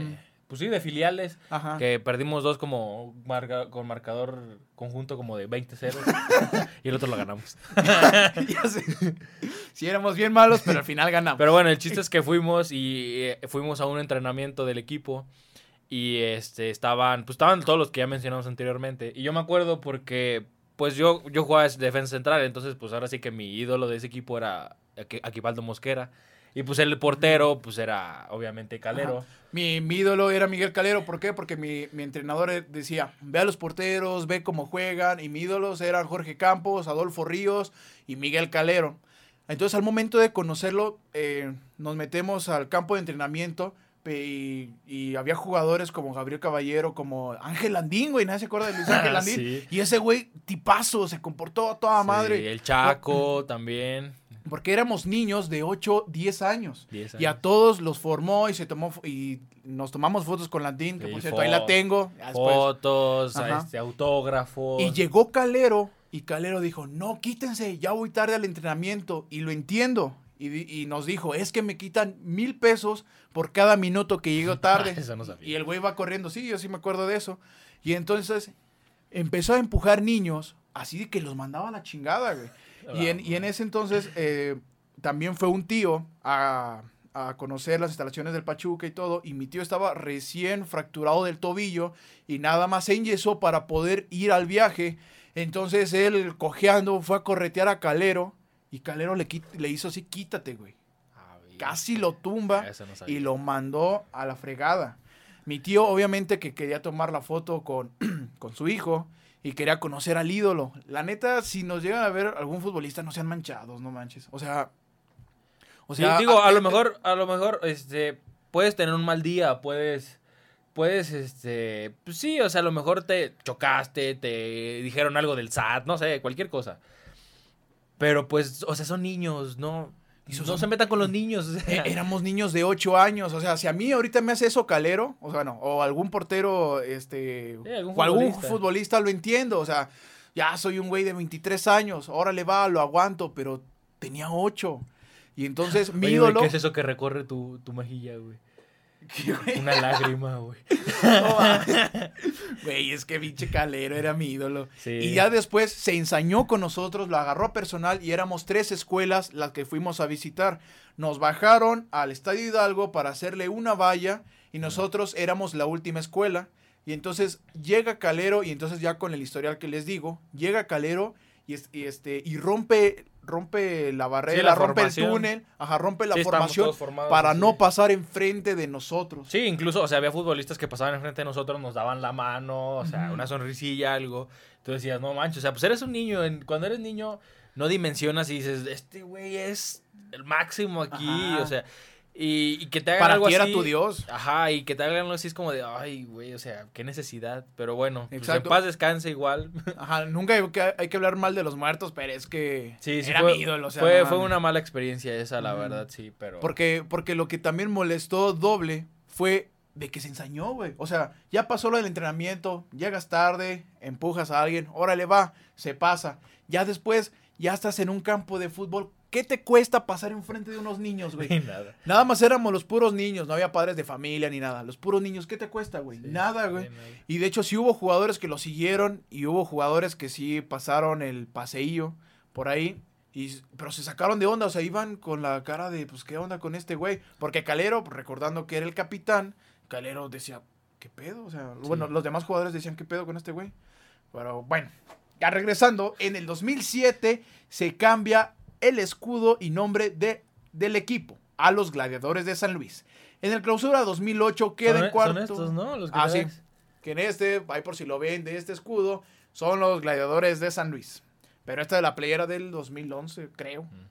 pues sí, de filiales, Ajá. que perdimos dos como marca, con marcador conjunto como de veinte cero y el otro lo ganamos. Ya sé. Sí, éramos bien malos, pero al final ganamos. Pero bueno, el chiste es que fuimos y eh, fuimos a un entrenamiento del equipo y este estaban, pues estaban todos los que ya mencionamos anteriormente. Y yo me acuerdo porque pues yo, yo jugaba de defensa central, entonces pues ahora sí que mi ídolo de ese equipo era Aqu- Aquivaldo Mosquera. Y pues el portero, pues era obviamente Calero. Mi, mi ídolo era Miguel Calero. ¿Por qué? Porque mi, mi entrenador decía, ve a los porteros, ve cómo juegan. Y mis ídolos eran Jorge Campos, Adolfo Ríos y Miguel Calero. Entonces al momento de conocerlo, eh, nos metemos al campo de entrenamiento y, y había jugadores como Gabriel Caballero, como Ángel Landín, güey. Nadie se acuerda de Luis Ángel Landín. Sí. Y ese güey, tipazo, se comportó a toda Sí, madre. el Chaco también. Porque éramos niños de ocho, diez años. diez años. Y a todos los formó y se tomó y nos tomamos fotos con Landín, que Sí, por cierto fo- ahí la tengo. Ya después. Fotos, Ajá. este, autógrafos. Y llegó Calero y Calero dijo, no, quítense, ya voy tarde al entrenamiento. Y lo entiendo. Y, di- y nos dijo, es que me quitan mil pesos por cada minuto que llego tarde. Eso no sabía. Y el güey va corriendo, sí, yo sí me acuerdo de eso. Y entonces empezó a empujar niños, así de que los mandaba a la chingada, güey. Y en, y en ese entonces eh, también fue un tío a, a conocer las instalaciones del Pachuca y todo. Y mi tío estaba recién fracturado del tobillo y nada más se enyesó para poder ir al viaje. Entonces él, cojeando, fue a corretear a Calero. Y Calero le, quit- le hizo así, quítate, güey. Ah, bien. Casi lo tumba Eso no sabía. y lo mandó a la fregada. Mi tío, obviamente, que quería tomar la foto con, con su hijo y quería conocer al ídolo. La neta, si nos llegan a ver algún futbolista, no sean manchados, no manches. O sea, o Sí, sea, digo, a eh, lo mejor, a lo mejor, este, puedes tener un mal día, puedes, puedes, este, pues sí, o sea, a lo mejor te chocaste, te dijeron algo del S A T, no sé, cualquier cosa. Pero pues, o sea, son niños, ¿no? Esos No son- se metan con los niños. O eh, sea. éramos niños de ocho años. O sea, si a mí ahorita me hace eso Calero, o sea, no, o algún portero, este, Sí, algún o algún futbolista. futbolista, lo entiendo. O sea, ya soy un güey de veintitrés años, órale va, lo aguanto, pero tenía ocho. Y entonces mi Oye, güey, ídolo... ¿qué es eso que recorre tu, tu mejilla, güey? ¿Qué, güey? Una lágrima, güey. No, va. Güey, es que pinche Calero era mi ídolo. Sí. Y ya después se ensañó con nosotros, lo agarró a personal y éramos tres escuelas las que fuimos a visitar. Nos bajaron al Estadio Hidalgo para hacerle una valla y nosotros éramos la última escuela. Y entonces llega Calero y entonces ya con el historial que les digo, llega Calero y, es- y este, y rompe, rompe la barrera, Sí, la rompe formación. el túnel, ajá, rompe la Sí, estamos formación todos formados para así. no pasar enfrente de nosotros. Sí, incluso, o sea, había futbolistas que pasaban enfrente de nosotros, nos daban la mano, o sea, Ujú. una sonrisilla, algo. Tú decías, no manches, o sea, pues eres un niño. en- Cuando eres niño, no dimensionas y dices, este güey es el máximo aquí, Ajá. o sea, y, y que te hagan Para algo ti era así. tu Dios. Ajá, y que te hagan algo así es como de, ay, güey, o sea, qué necesidad. Pero bueno, pues en Exacto. paz descanse igual. Ajá, nunca hay que, hay que hablar mal de los muertos, pero es que Sí, sí, era fue, mi ídolo. O sea, fue, no fue mames. una mala experiencia esa, la Ujú. verdad, sí, pero... Porque, porque lo que también molestó doble fue de que se ensañó, güey. O sea, ya pasó lo del entrenamiento, llegas tarde, empujas a alguien, órale va, se pasa. Ya después, ya estás en un campo de fútbol. ¿Qué te cuesta pasar enfrente de unos niños, güey? nada. Nada más éramos los puros niños, no había padres de familia ni nada. Los puros niños, ¿qué te cuesta, güey? Sí, Nada, güey. sí, nada. Y de hecho sí hubo jugadores que lo siguieron y hubo jugadores que sí pasaron el paseillo por ahí. Y, pero se sacaron de onda, o sea, iban con la cara de, pues, ¿qué onda con este güey? Porque Calero, pues, recordando que era el capitán, Calero decía, ¿qué pedo? O sea, Sí. bueno, los demás jugadores decían, ¿qué pedo con este güey? Pero bueno, ya regresando, en el dos mil siete se cambia el escudo y nombre de, del equipo a los Gladiadores de San Luis. En el clausura dos mil ocho queda Son- en cuarto. Son estos, ¿no? Los Ah, sí. gladiadores. Que en este, ahí por si lo ven, de este escudo, son los Gladiadores de San Luis. Pero esta de la playera del dos mil once, creo. Mm.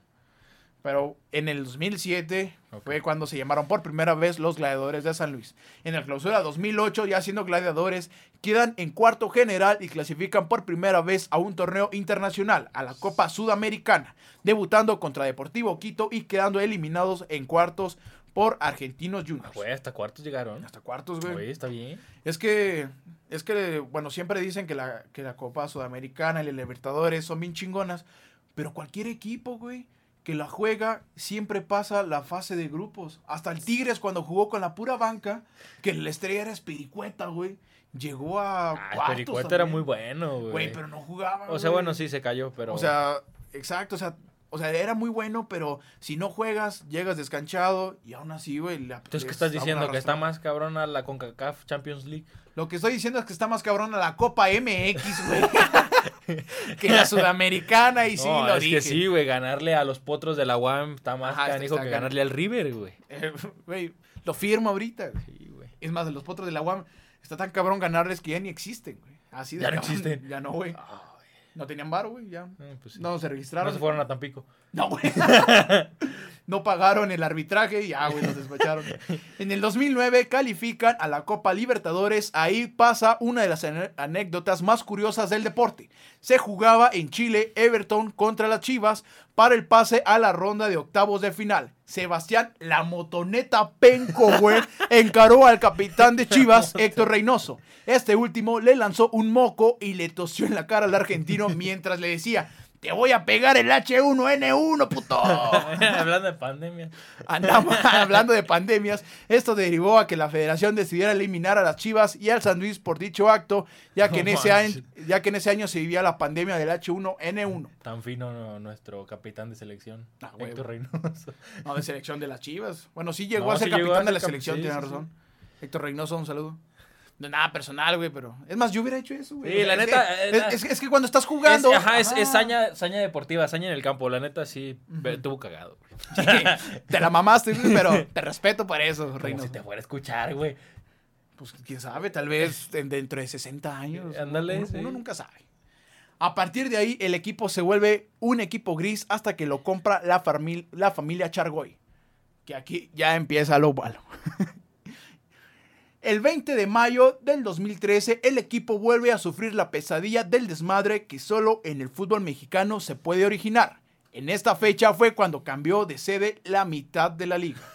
Pero en el dos mil siete Ok. fue cuando se llamaron por primera vez los Gladiadores de San Luis. En la clausura dos mil ocho, ya siendo Gladiadores, quedan en cuarto general y clasifican por primera vez a un torneo internacional, a la Copa Sudamericana, debutando contra Deportivo Quito y quedando eliminados en cuartos por Argentinos Ah, Juniors. güey, hasta cuartos llegaron. Hasta cuartos, güey. Güey, está bien. Es que, es que, bueno, siempre dicen que la, que la Copa Sudamericana y la Libertadores son bien chingonas, pero cualquier equipo, güey, que la juega siempre pasa la fase de grupos. Hasta el Tigres cuando jugó con la pura banca, que la estrella era Espiricueta, güey. Llegó a Ah, cuartos Espiricueta también. era muy bueno, güey. Güey, pero no jugaba, O sea, güey. bueno, sí se cayó, pero... O sea, exacto, o sea, o sea, era muy bueno, pero si no juegas, llegas descanchado y aún así, güey. la- Entonces, ¿qué les estás da una diciendo? ¿Que está arrastrada. más cabrona la CONCACAF Champions League? Lo que estoy diciendo es que está más cabrón a la Copa M X, güey. que la Sudamericana, y sí, no, lo es dije. que sí, güey, ganarle a los potros de la U A M está más Ajá, está- canijo está que can- ganarle al River, güey. Eh, Güey, lo firmo ahorita, güey. Sí, güey. Es más, de los potros de la U A M, está tan cabrón ganarles que ya ni existen, güey. Así de Ya no cabrón. existen. Ya no, güey. Ay, No tenían varo, güey, ya. eh, pues sí. No se registraron. No se fueron a Tampico. No, güey. No pagaron el arbitraje y ya, güey, los despacharon. En el dos mil nueve califican a la Copa Libertadores. Ahí pasa una de las ane- anécdotas más curiosas del deporte. Se jugaba en Chile, Everton contra las Chivas para el pase a la ronda de octavos de final. Sebastián, la motoneta penco, güey, encaró al capitán de Chivas, Héctor Reynoso. Este último le lanzó un moco y le tosió en la cara al argentino mientras le decía: te voy a pegar el H uno N uno, puto. Hablando de pandemia. Andamos hablando de pandemias. Esto derivó a que la federación decidiera eliminar a las Chivas y al San Luis por dicho acto, ya que, No en ese año, manches. ya que en ese año se vivía la pandemia del H uno N uno. Tan fino no, nuestro capitán de selección, Ah, güey. Héctor Reynoso. No, de selección de las Chivas. Bueno, sí llegó No, a ser sí llegó capitán a de la ser cap- selección, sí, tiene sí, razón. Héctor Reynoso, un saludo. No, nada personal, güey, pero... Es más, yo hubiera hecho eso, güey. Sí, O sea, la es neta, que- eh, Es, la- es- es que cuando estás jugando... Es, ajá, es, ajá. es saña, saña deportiva, saña en el campo. La neta sí, ve- Ujú. tuvo cagado. Sí, te la mamaste, güey, pero te respeto por eso, Como Reynoso. si te fuera a escuchar, güey. Pues quién sabe, tal vez en- dentro de sesenta años. Ándale, uno, sí. uno nunca sabe. A partir de ahí, el equipo se vuelve un equipo gris hasta que lo compra la, famil- la familia Chargoy. Que aquí ya empieza lo malo. El veinte de mayo del dos mil trece, el equipo vuelve a sufrir la pesadilla del desmadre que solo en el fútbol mexicano se puede originar. En esta fecha fue cuando cambió de sede la mitad de la liga.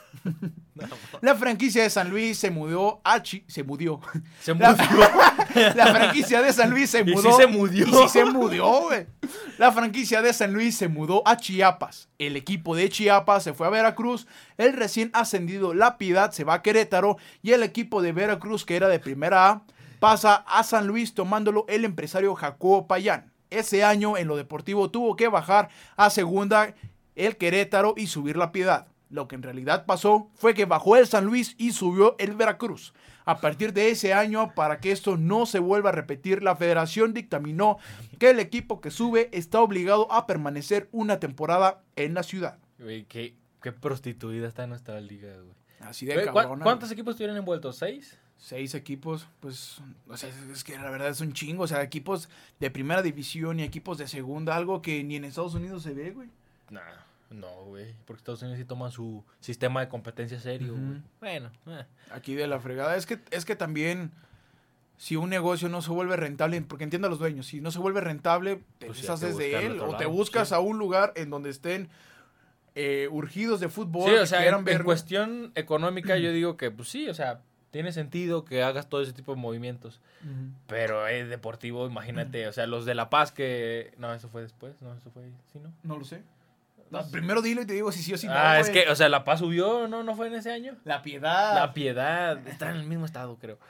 La franquicia de San Luis se mudó a Chi... Se mudó. Se La, murió. la franquicia de San Luis se Y sí mudó. se mudió. Y sí se mudó, güey. La franquicia de San Luis se mudó a Chiapas. El equipo de Chiapas se fue a Veracruz. El recién ascendido La Piedad se va a Querétaro. Y el equipo de Veracruz, que era de primera A, pasa a San Luis tomándolo el empresario Jacobo Payán. Ese año en lo deportivo tuvo que bajar a segunda el Querétaro y subir La Piedad. Lo que en realidad pasó fue que bajó el San Luis y subió el Veracruz. A partir de ese año, para que esto no se vuelva a repetir, la federación dictaminó que el equipo que sube está obligado a permanecer una temporada en la ciudad. Güey, qué, qué prostituida está nuestra liga, güey. Así de Güey, ¿cu- cabrona. ¿Cuántos equipos estuvieron envueltos? ¿Seis? Seis equipos, pues, o sea, es, es que la verdad es un chingo. O sea, equipos de primera división y equipos de segunda, algo que ni en Estados Unidos se ve, güey. Nah, no, güey. Porque Estados Unidos sí toma su sistema de competencia serio, Ujú. güey. Bueno, eh. Aquí de la fregada. Es que, es que también, si un negocio no se vuelve rentable, porque entiendo a los dueños, si no se vuelve rentable, te Pues sí, hay que deshaces de buscarle él otro o te lado, buscas sí. a un lugar en donde estén eh, urgidos de fútbol. Sí, que o sea, quieran en, en verlo. cuestión económica yo digo que, pues sí, o sea, tiene sentido que hagas todo ese tipo de movimientos. Ujú. Pero es deportivo, imagínate, o sea, los de La Paz que... No, eso fue después, no, eso fue... ¿Sí, no? No lo sé. No No, sé. primero dilo y te digo si sí o si no. ah, es güey. que, o sea, La Paz subió, ¿no? ¿No fue en ese año? La Piedad. La Piedad, está en el mismo estado, creo.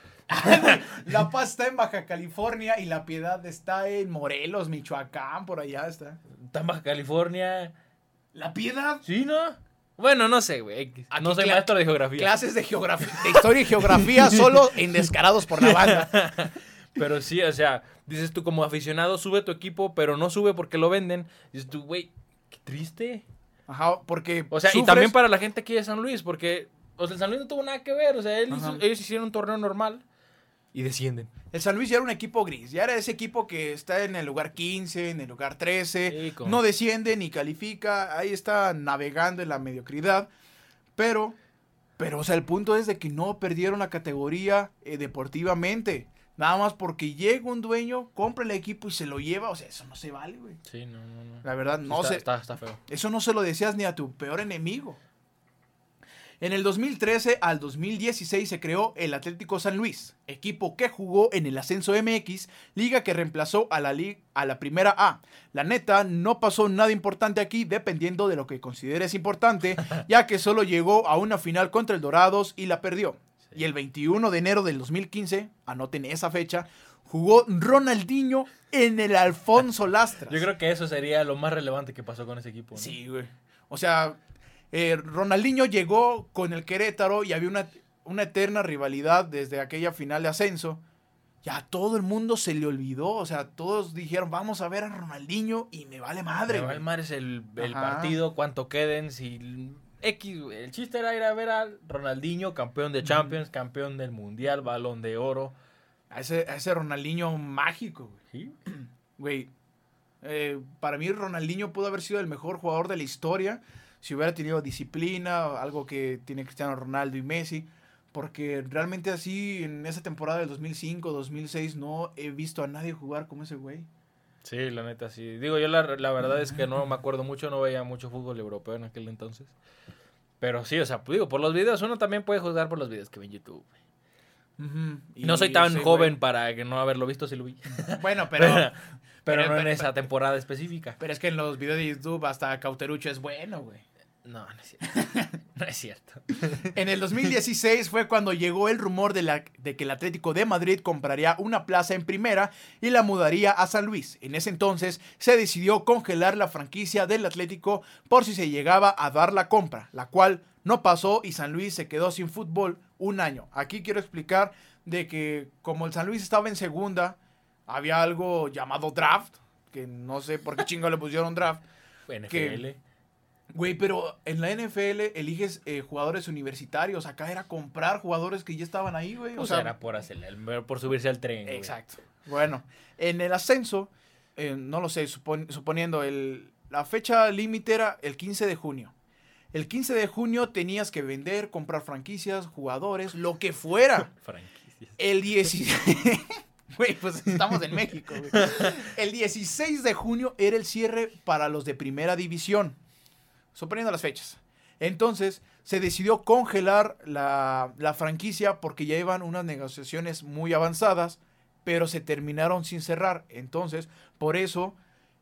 La Paz está en Baja California y La Piedad está en Morelos, Michoacán, por allá está. Está en Baja California. La Piedad. ¿Sí, no? Bueno, no sé, güey. Aquí No soy cla- maestro de geografía. Clases de geografía, de historia y geografía solo en Descarados por la Banda. Pero sí, o sea, dices tú como aficionado, sube tu equipo, pero no sube porque lo venden. Dices tú, güey, qué triste. Ajá, porque O sea, y sufres- también para la gente aquí de San Luis, porque, o sea, el San Luis no tuvo nada que ver. O sea, él hizo- Ajá. ellos hicieron un torneo normal y descienden. el San Luis ya era un equipo gris, ya era ese equipo que está en el lugar quince, en el lugar trece, Sí, como- no desciende ni califica, ahí está navegando en la mediocridad, pero, pero, o sea, el punto es de que no perdieron la categoría eh, deportivamente, nada más porque llega un dueño, compra el equipo y se lo lleva, o sea, eso no se vale, güey. Sí, no, no, no. La verdad, Sí, no está, se, está, está feo. eso no se lo deseas ni a tu peor enemigo. En el dos mil trece al dos mil dieciséis se creó el Atlético San Luis, equipo que jugó en el Ascenso M X, liga que reemplazó a la, li- a la Primera A. La neta, no pasó nada importante aquí, dependiendo de lo que consideres importante, ya que solo llegó a una final contra el Dorados y la perdió. Sí. Y el veintiuno de enero del dos mil quince, anoten esa fecha, jugó Ronaldinho en el Alfonso Lastras. Yo creo que eso sería lo más relevante que pasó con ese equipo, ¿no? Sí, güey. O sea... Eh, Ronaldinho llegó con el Querétaro y había una, una eterna rivalidad desde aquella final de ascenso. Ya todo el mundo se le olvidó, o sea, todos dijeron, vamos a ver a Ronaldinho y me vale madre. Me vale madre es el, el partido, cuánto queden, si X, el chiste era ir a ver a Ronaldinho, campeón de Champions, mm. campeón del Mundial, Balón de Oro. A ese, a ese Ronaldinho mágico, güey. ¿Sí? Güey, eh, para mí Ronaldinho pudo haber sido el mejor jugador de la historia si hubiera tenido disciplina, algo que tiene Cristiano Ronaldo y Messi, porque realmente así en esa temporada del dos mil cinco, dos mil seis no he visto a nadie jugar como ese güey. Sí, la neta, sí. Digo, yo la, la verdad es que no me acuerdo mucho, no veía mucho fútbol europeo en aquel entonces. Pero sí, o sea, digo, por los videos, uno también puede juzgar por los videos que ve en YouTube. Uh-huh. No soy tan joven güey. Para que no haberlo visto, si lo vi. Bueno, pero... pero, pero no pero, en esa temporada específica. Pero es que en los videos de YouTube hasta Cauterucho es bueno, güey. No, no es cierto. No es cierto. En el dos mil dieciséis fue cuando llegó el rumor de, la, de que el Atlético de Madrid compraría una plaza en primera y la mudaría a San Luis. En ese entonces se decidió congelar la franquicia del Atlético por si se llegaba a dar la compra, la cual no pasó y San Luis se quedó sin fútbol un año. Aquí quiero explicar de que como el San Luis estaba en segunda, había algo llamado draft, que no sé por qué chingo le pusieron draft. N F L. Que, güey, pero en la N F L eliges eh, jugadores universitarios. Acá era comprar jugadores que ya estaban ahí, güey. O, o sea, sea, era por hacerle, por subirse al tren. Exacto. Güey. Bueno, en el ascenso, eh, no lo sé, supon, suponiendo, el, la fecha límite era el quince de junio. El quince de junio tenías que vender, comprar franquicias, jugadores, lo que fuera. Franquicias. El dieciséis... Güey, pues estamos en México, güey. El dieciséis de junio era el cierre para los de primera división. Suponiendo las fechas. Entonces, se decidió congelar la, la franquicia porque ya iban unas negociaciones muy avanzadas, pero se terminaron sin cerrar. Entonces, por eso,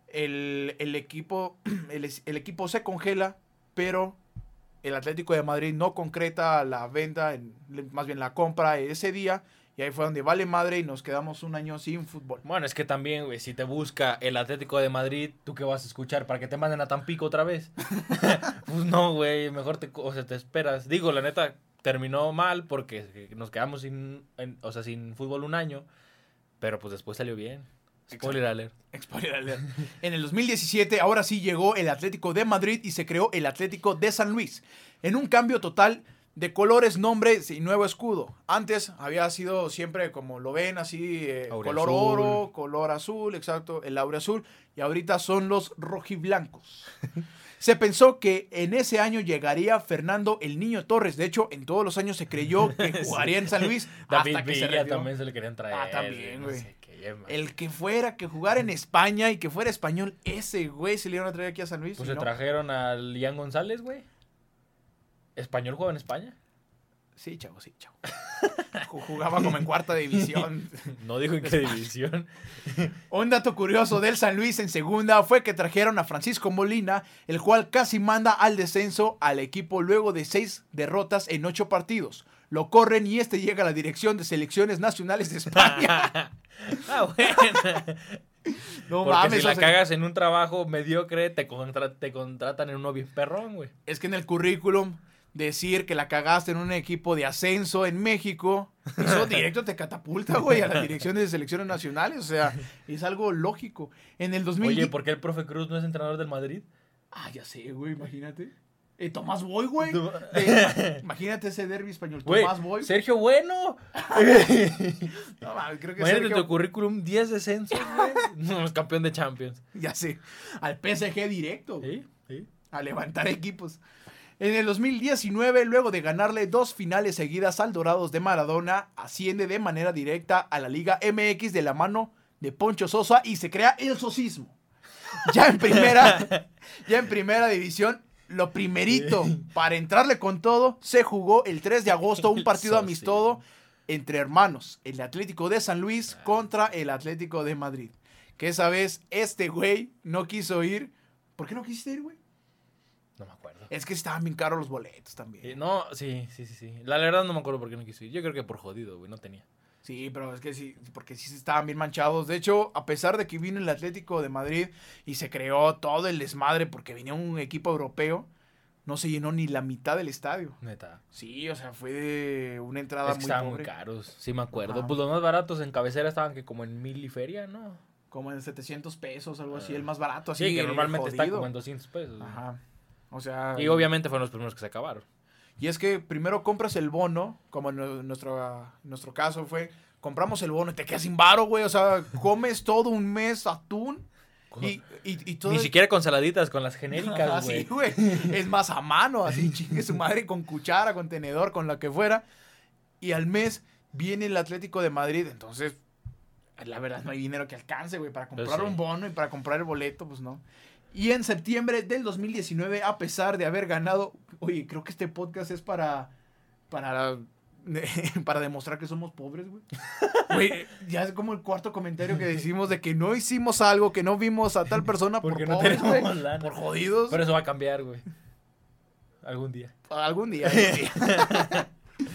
el, el, equipo, el, el equipo se congela, pero el Atlético de Madrid no concreta la venta, en, más bien la compra ese día. Y ahí fue donde vale madre y nos quedamos un año sin fútbol. Bueno, es que también, güey, si te busca el Atlético de Madrid, ¿tú qué vas a escuchar? ¿Para que te manden a Tampico otra vez? Pues no, güey, mejor te, o sea, te esperas. Digo, la neta, terminó mal porque nos quedamos sin, en, o sea, sin fútbol un año, pero pues después salió bien. Spoiler alert. Spoiler alert. En el dos mil diecisiete, ahora sí llegó el Atlético de Madrid y se creó el Atlético de San Luis. En un cambio total de colores, nombres y nuevo escudo. Antes había sido siempre como lo ven, así, eh, color azul. Oro, color azul, exacto, el aure azul. Y ahorita son los rojiblancos. Se pensó que en ese año llegaría Fernando el Niño Torres. De hecho, en todos los años se creyó que jugaría sí. en San Luis. David hasta que Villa se también se le querían traer. Ah, también, güey. No sé qué, el que fuera, que jugara en España y que fuera español, ese güey se le iban a traer aquí a San Luis. Pues se no. trajeron al Ian González, güey. ¿Español jugaba en España? Sí, chavo, sí, chavo. Jugaba como en cuarta división. No dijo en qué división. Un dato curioso del San Luis en segunda fue que trajeron a Francisco Molina, el cual casi manda al descenso al equipo luego de seis derrotas en ocho partidos. Lo corren y este llega a la dirección de selecciones nacionales de España. Ah, bueno. No Porque mames, si la o sea, cagas en un trabajo mediocre, te, contra- te contratan en uno bien perrón, güey. Es que en el currículum decir que la cagaste en un equipo de ascenso en México, eso directo te catapulta, güey, a la dirección de selecciones nacionales. O sea, es algo lógico. En el dos mil... Oye, ¿por qué el profe Cruz no es entrenador del Madrid? Ah, ya sé, güey, imagínate. Eh, Tomás Boy, güey. Eh, imagínate ese derbi español. Wey, Tomás Boy. Sergio Bueno. No, man, creo que imagínate Sergio... tu currículum, diez descensos, güey. No, es campeón de Champions. Ya sé. Al P S G directo. Sí, sí. A levantar equipos. En el dos mil diecinueve, luego de ganarle dos finales seguidas al Dorados de Maradona, asciende de manera directa a la Liga M X de la mano de Poncho Sosa y se crea el sosismo. Ya en primera, ya en primera división, lo primerito, para entrarle con todo, se jugó el tres de agosto un partido amistoso entre hermanos, el Atlético de San Luis contra el Atlético de Madrid. Que esa vez este güey no quiso ir. ¿Por qué no quisiste ir, güey? No me acuerdo. Es que estaban bien caros los boletos también. Eh, no, sí, sí, sí, sí. La verdad no me acuerdo por qué no quiso ir. Yo creo que por jodido, güey, no tenía. Sí, pero es que sí, porque sí estaban bien manchados. De hecho, a pesar de que vino el Atlético de Madrid y se creó todo el desmadre porque venía un equipo europeo, no se llenó ni la mitad del estadio. Neta. Sí, o sea, fue de una entrada es que muy estaban pobre. muy caros, sí me acuerdo. Ajá. Pues los más baratos en cabecera estaban que como en mil y feria, ¿no? Como en setecientos pesos, algo así, el más barato. Así Sí, que el normalmente jodido. está como en doscientos pesos. Ajá. O sea... Y obviamente fueron los primeros que se acabaron. Y es que primero compras el bono, como en nuestro, en nuestro caso fue, compramos el bono y te quedas sin varo, güey. O sea, comes todo un mes atún y, y, y todo... Ni siquiera con saladitas, con las genéricas, güey. Así, güey. Es más a mano, así, chingue su madre, con cuchara, con tenedor, con lo que fuera. Y al mes viene el Atlético de Madrid, entonces... La verdad no hay dinero que alcance, güey, para comprar pues sí. un bono y para comprar el boleto, pues no. Y en septiembre del dos mil diecinueve, a pesar de haber ganado... Oye, creo que este podcast es para... Para... Para demostrar que somos pobres, güey. Güey, ya es como el cuarto comentario que decimos de que no hicimos algo, que no vimos a tal persona por Porque no pobres, güey. lana. Por jodidos. Pero eso va a cambiar, güey. Algún día. Algún día. Algún día.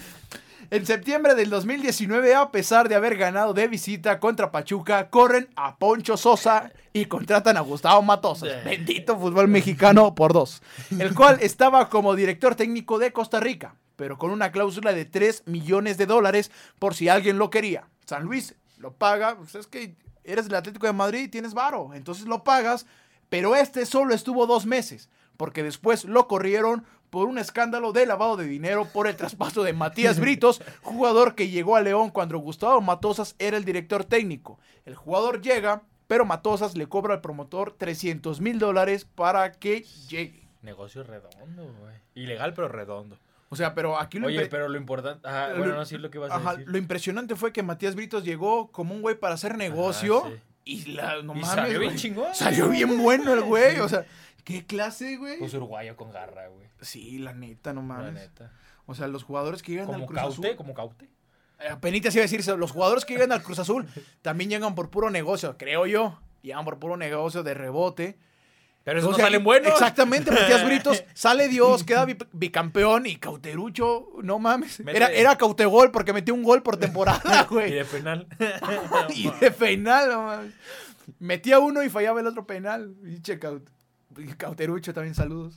En septiembre del dos mil diecinueve, a pesar de haber ganado de visita contra Pachuca, corren a Poncho Sosa y contratan a Gustavo Matosas. Bendito fútbol mexicano por dos. El cual estaba como director técnico de Costa Rica, pero con una cláusula de tres millones de dólares por si alguien lo quería. San Luis lo paga, pues es que eres del Atlético de Madrid y tienes varo, entonces lo pagas, pero este solo estuvo dos meses, porque después lo corrieron por un escándalo de lavado de dinero por el traspaso de Matías Britos, jugador que llegó a León cuando Gustavo Matosas era el director técnico. El jugador llega, pero Matosas le cobra al promotor trescientos mil dólares para que llegue. Negocio redondo, güey. Ilegal, pero redondo. O sea, pero aquí lo... Oye, pero lo importante... Ajá, lo, bueno, no sé lo que ibas a ajá, decir. Lo impresionante fue que Matías Britos llegó como un güey para hacer negocio. Ajá, sí. Y la, no y mames, salió güey, bien chingón. Salió bien bueno el güey, o sea... ¿Qué clase, güey? Pues uruguayo con garra, güey. Sí, la neta, no mames. La neta. O sea, los jugadores que llegan como al Cruz Caute, Azul... Como Caute, eh, Apenitas iba a decirse, los jugadores que llegan al Cruz Azul también llegan por puro negocio, creo yo. Llegan por puro negocio de rebote. Pero esos o no sea, salen buenos. Exactamente, Matías Britos, sale Dios, queda bicampeón y Cauterucho, no mames. Mete. Era, era Cautegol porque metió un gol por temporada, güey. Y de penal. Y de penal, no mames. Metía uno y fallaba el otro penal. Pinche Caut Cauterucho también, saludos.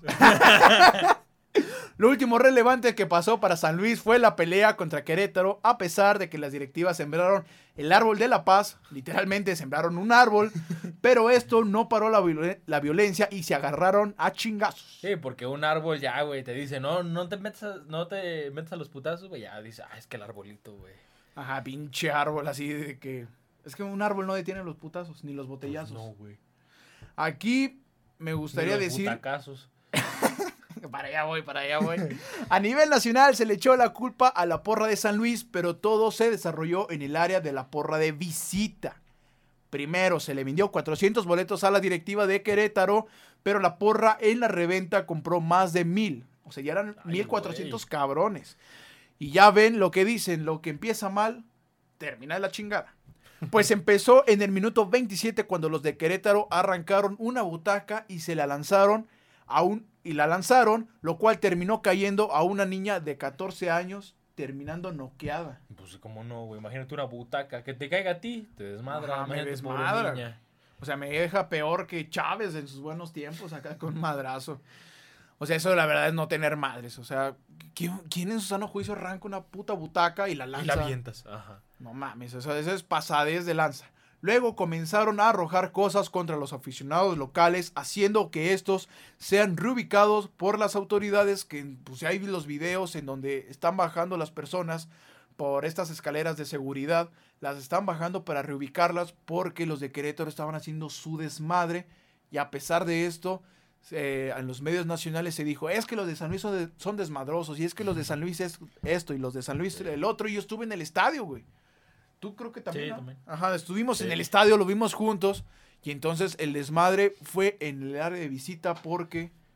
Lo último relevante que pasó para San Luis fue la pelea contra Querétaro, a pesar de que las directivas sembraron el árbol de la paz, literalmente sembraron un árbol, pero esto no paró la, viol la violencia y se agarraron a chingazos. Sí, porque un árbol ya, güey, te dice, no, no te metas a, no te metas a los putazos, güey, ya dice, ah, es que el arbolito, güey. Ajá, pinche árbol así de que... Es que un árbol no detiene los putazos, ni los botellazos. Pues no, güey. Aquí me gustaría ni los decir... Butacazos. Para allá voy, para allá voy. A nivel nacional se le echó la culpa a la porra de San Luis, pero todo se desarrolló en el área de la porra de visita. Primero se le vendió cuatrocientos boletos a la directiva de Querétaro, pero la porra en la reventa compró más de mil. O sea, ya eran Ay, mil cuatrocientos cabrones. Y ya ven lo que dicen, lo que empieza mal, termina de la chingada. Pues empezó en el minuto veintisiete cuando los de Querétaro arrancaron una butaca y se la lanzaron a un... y la lanzaron, lo cual terminó cayendo a una niña de catorce años, terminando noqueada. Pues cómo no, güey, imagínate una butaca, que te caiga a ti, te desmadra. Ajá, me desmadra. Niña. O sea, me deja peor que Chávez en sus buenos tiempos, acá con un madrazo. O sea, eso la verdad es no tener madres. O sea, ¿quién, quién en su sano juicio arranca una puta butaca y la lanza? Y la avientas, ajá. No mames, eso, eso es pasadez de lanza. Luego comenzaron a arrojar cosas contra los aficionados locales, haciendo que estos sean reubicados por las autoridades, que pues hay los videos en donde están bajando las personas por estas escaleras de seguridad, las están bajando para reubicarlas porque los de Querétaro estaban haciendo su desmadre, y a pesar de esto, eh, en los medios nacionales se dijo, es que los de San Luis son, de, son desmadrosos, y es que los de San Luis es esto, y los de San Luis el otro, y yo estuve en el estadio, güey. Tú creo que también, sí, ¿no? también. Ajá, estuvimos sí. en el estadio, lo vimos juntos. Y entonces el desmadre fue en el área de visita porque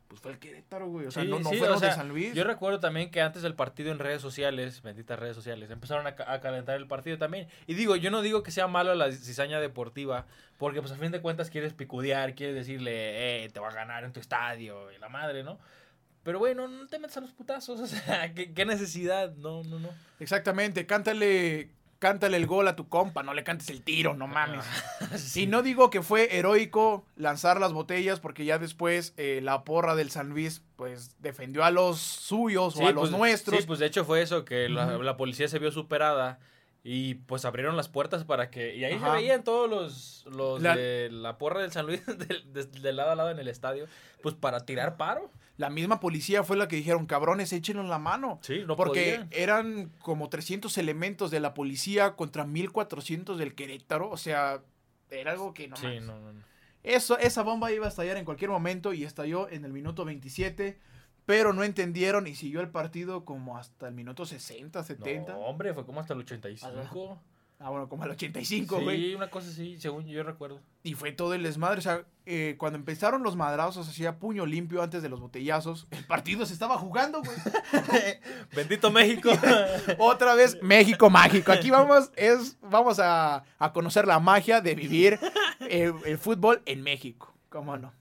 pues fue el Querétaro, güey. O sea, Sí, no, no sí, fueron o sea, de San Luis. Yo recuerdo también que antes del partido en redes sociales, benditas redes sociales, empezaron a, ca- a calentar el partido también. Y digo, yo no digo que sea malo la cizaña deportiva, porque pues a fin de cuentas quieres picudear, quieres decirle, eh, te va a ganar en tu estadio, y la madre, ¿no? Pero bueno, no te metas a los putazos, o sea, ¿qué, qué necesidad? No, no, no. Exactamente, cántale, cántale el gol a tu compa, no le cantes el tiro, no mames. Sí. Y no digo que fue heroico lanzar las botellas, porque ya después eh, la porra del San Luis, pues, defendió a los suyos Sí, o a los pues, nuestros. Sí, pues de hecho fue eso, que la, Ujú. la policía se vio superada y pues abrieron las puertas para que... Y ahí Ajá. se veían todos los, los La- de la porra del San Luis del de, de lado a lado en el estadio, pues para tirar paro. La misma policía fue la que dijeron, cabrones, échenlo en la mano. Sí, no Porque podían. eran como trescientos elementos de la policía contra mil cuatrocientos del Querétaro. O sea, era algo que no Sí, mames. no, no, no. Eso, esa bomba iba a estallar en cualquier momento y estalló en el minuto veintisiete. Pero no entendieron y siguió el partido como hasta el minuto sesenta, setenta. No, hombre, fue como hasta el ochenta y cinco. Ah, bueno, como al ochenta y cinco, güey. Sí, una cosa así, según yo recuerdo. Y fue todo el desmadre. O sea, eh, cuando empezaron los madrazos, hacía puño limpio antes de los botellazos. El partido se estaba jugando, güey. Bendito México. Otra vez, México mágico. Aquí vamos, es, vamos a, a conocer la magia de vivir eh, el fútbol en México. ¿Cómo no?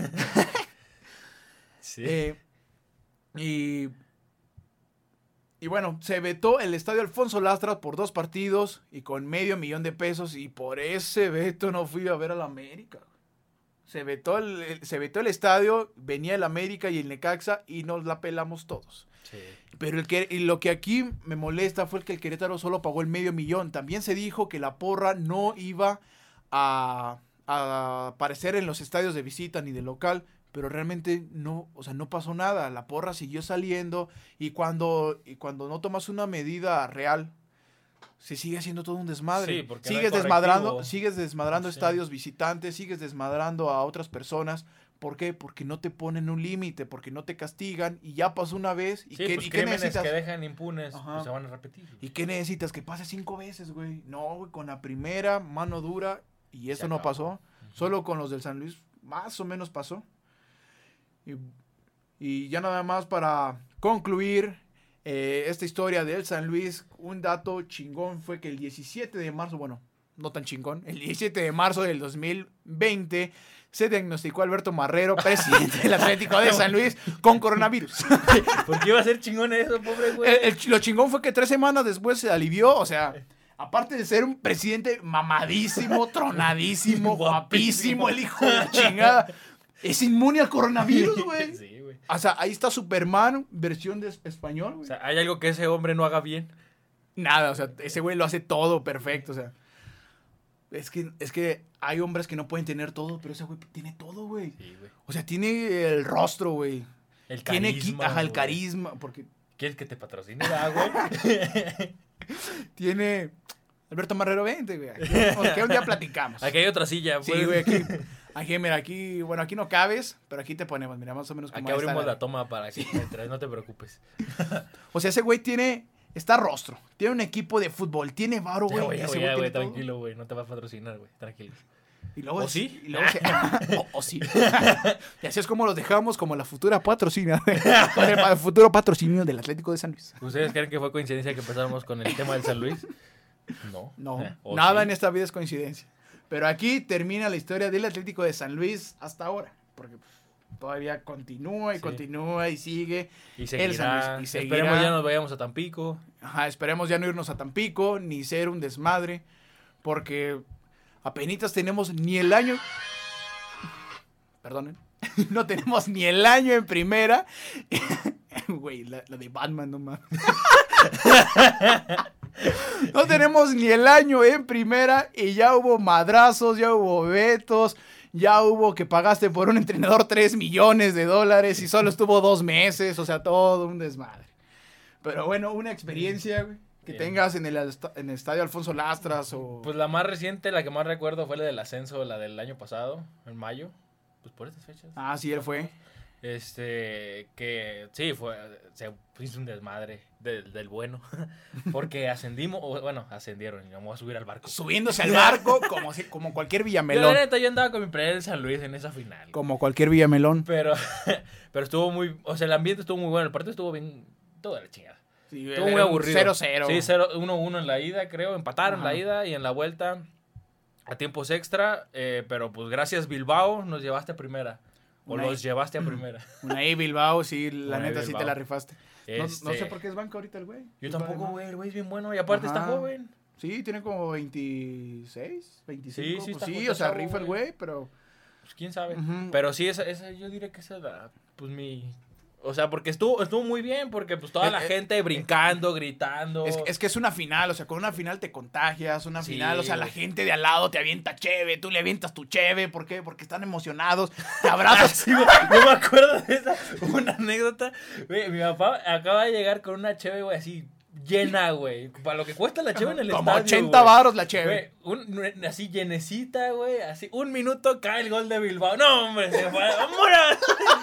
Sí. Eh, y, y bueno, se vetó el estadio Alfonso Lastras por dos partidos y con medio millón de pesos. Y por ese veto no fui a ver al América. Se vetó el, el- se vetó el estadio, venía el América y el Necaxa y nos la pelamos todos. Sí. Pero el que, y lo que aquí me molesta fue el que el Querétaro solo pagó el medio millón. También se dijo que la porra no iba a, a aparecer en los estadios de visita ni de local, pero realmente no, o sea, no pasó nada. La porra siguió saliendo y cuando, y cuando no tomas una medida real, se sigue haciendo todo un desmadre. Sí, porque no hay sigues correctivo. desmadrando, sigues desmadrando Sí. estadios visitantes, sigues desmadrando a otras personas. ¿Por qué? Porque no te ponen un límite, porque no te castigan y ya pasó una vez. ¿Y Sí, qué, pues y qué crímenes necesitas? que dejan impunes, Ajá. pues se van a repetir. ¿Y qué necesitas? Que pase cinco veces, güey. No, güey, con la primera, mano dura, y eso Se no acabó. pasó. Ujú. Solo con los del San Luis, más o menos pasó. Y, y ya nada más para concluir eh, esta historia del San Luis, un dato chingón fue que el diecisiete de marzo, bueno, no tan chingón, el diecisiete de marzo del dos mil veinte se diagnosticó a Alberto Marrero, presidente del Atlético de San Luis, con coronavirus. ¿Por qué iba a ser chingón eso, pobre güey? El- el- lo chingón fue que tres semanas después se alivió, o sea, aparte de ser un presidente mamadísimo, tronadísimo, guapísimo, el hijo de la chingada, es inmune al coronavirus, güey. Sí, güey. O sea, ahí está Superman, versión de es- español, O güey. sea, ¿hay algo que ese hombre no haga bien? Nada, o sea, ese güey lo hace todo perfecto, o sea. Es que, es que hay hombres que no pueden tener todo, pero ese güey tiene todo, güey. Sí, güey. O sea, tiene el rostro, güey. El Tiene qui- carisma, ajá, el güey. carisma, porque ¿Quieres que te patrocine, da, güey? tiene... Alberto Marrero, vente, güey. Aquí, aquí un día platicamos. Aquí hay otra silla, Sí, pues. güey, aquí, aquí, mira, aquí, bueno, aquí no cabes, pero aquí te ponemos, mira, más o menos como Aquí abrimos está la toma para que entres, no te preocupes. O sea, ese güey tiene, está rostro, tiene un equipo de fútbol, tiene varo, Ya, güey. güey, ya, ese güey, ya, tiene güey, todo. tranquilo, güey, no te va a patrocinar, güey, tranquilo. Y luego ¿O es- sí? Y luego se- o, o sí. Y así es como los dejamos como la futura patrocina, el futuro patrocinio del Atlético de San Luis. ¿Ustedes creen que fue coincidencia que empezáramos con el tema del San Luis? No. No, ¿Eh? ¿O nada sí? en esta vida es coincidencia. Pero aquí termina la historia del Atlético de San Luis hasta ahora, porque pues, todavía continúa y Sí. continúa y sigue. Y El seguirá. San Luis, y seguirá. Esperemos ya nos vayamos a Tampico. Ajá, esperemos ya no irnos a Tampico, ni ser un desmadre, porque apenitas tenemos ni el año... Perdonen. No tenemos ni el año en primera. Güey, la, la de Batman, no mames. No tenemos ni el año en primera y ya hubo madrazos, ya hubo vetos, ya hubo que pagaste por un entrenador tres millones de dólares y solo estuvo dos meses, o sea, todo un desmadre. Pero bueno, una experiencia, güey, que Bien. tengas en el, esta- en el estadio Alfonso Lastras o... Pues la más reciente, la que más recuerdo fue la del ascenso, la del año pasado, en mayo. Pues por estas fechas. Ah, sí, él fue. Este, que sí, fue, se hizo un desmadre del, del bueno, porque ascendimos, o, bueno, ascendieron, y vamos a subir al barco. Subiéndose al barco como, si, como cualquier Villamelón. Yo, la neta, yo andaba con mi player en San Luis en esa final. Como cualquier Villamelón. Pero, pero estuvo muy, o sea, el ambiente estuvo muy bueno, el partido estuvo bien, toda la chingada. Sí, estuvo muy aburrido. cero cero. Sí, cero uno uno en la ida, creo, empataron Ajá. la ida y en la vuelta a tiempos extra, eh, pero pues gracias Bilbao nos llevaste a primera. O Una los I- llevaste a primera. Una I Bilbao, sí, la Una I neta sí Bilbao. te la rifaste. No, Este, no sé por qué es banca ahorita el güey. Yo Es tampoco, banca. güey, el güey es bien bueno y aparte está Ajá. joven. Sí, tiene como veintiséis, veinticinco. Sí, sí, pues está sí, justo o sea, chavo, rifa el güey. güey, pero... Pues quién sabe. Ujú. Pero sí, esa, esa, yo diría que esa es la, pues mi... O sea, porque estuvo, estuvo muy bien, porque pues toda Eh, la eh, gente brincando, gritando. Es, es que es una final, o sea, con una final te contagias, una Sí, final, o sea, la güey. gente de al lado te avienta cheve, tú le avientas tu cheve, ¿por qué? Porque están emocionados, te Ah, abrazas. sí, güey, yo me acuerdo de esa, una anécdota. Güey, mi papá acaba de llegar con una cheve, güey, así llena, güey. Para lo que cuesta la cheve en el Como estadio, ochenta güey. varos la cheve. Güey, un- así llenecita, güey, así un minuto cae el gol de Bilbao. No, hombre, se fue. ¡Vámonos!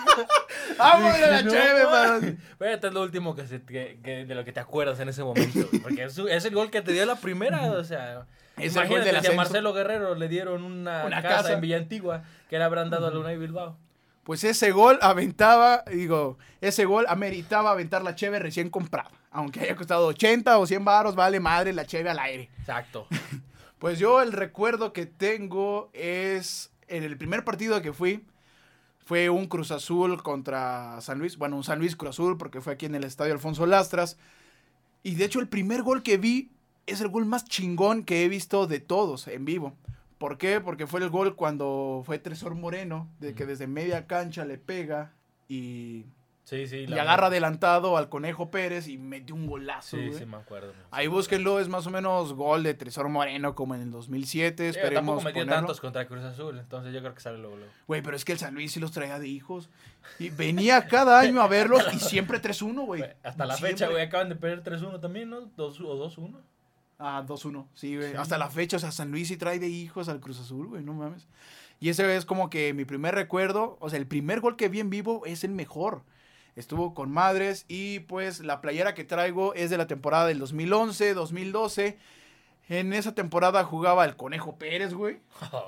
¡Vámonos la No, cheve, mames. man! Güey, esto es lo último que, se, que, que de lo que te acuerdas en ese momento, güey, porque es, es el gol que te dio la primera, o sea... Es el gol imagínate del si a ascenso. Marcelo Guerrero le dieron una, Una casa, casa. en Villa Antigua que le habrán dado a la Unai Bilbao. Pues ese gol aventaba, digo, ese gol ameritaba aventar la cheve recién comprada. Aunque haya costado ochenta o cien varos, vale madre la cheve al aire. Exacto. Pues yo el recuerdo que tengo es en el primer partido que fui, fue un Cruz Azul contra San Luis, bueno, un San Luis Cruz Azul porque fue aquí en el Estadio Alfonso Lastras. Y de hecho el primer gol que vi es el gol más chingón que he visto de todos en vivo. ¿Por qué? Porque fue el gol cuando fue Tresor Moreno, de que desde media cancha le pega y, Sí, sí. y agarra adelantado al Conejo Pérez y mete un golazo. Sí, güey. sí, me acuerdo. Ahí búsquenlo, es más o menos gol de Tresor Moreno como en el dos mil siete, Sí, esperemos tampoco metió ponerlo. tantos contra Cruz Azul, entonces yo creo que sale luego, luego. Güey, pero es que el San Luis sí los traía de hijos. Y venía cada año a verlos y siempre tres uno, güey. Güey, hasta la Siempre. fecha, güey, acaban de perder tres uno también, ¿no? dos o dos uno. Ah, dos uno, sí, güey. Sí. Hasta la fecha, o sea, San Luis sí trae de hijos al Cruz Azul, güey, no mames. Y ese es como que mi primer recuerdo, o sea, el primer gol que vi en vivo es el mejor. Estuvo con madres y pues la playera que traigo es de la temporada del dos mil once, dos mil doce. En esa temporada jugaba el Conejo Pérez, güey.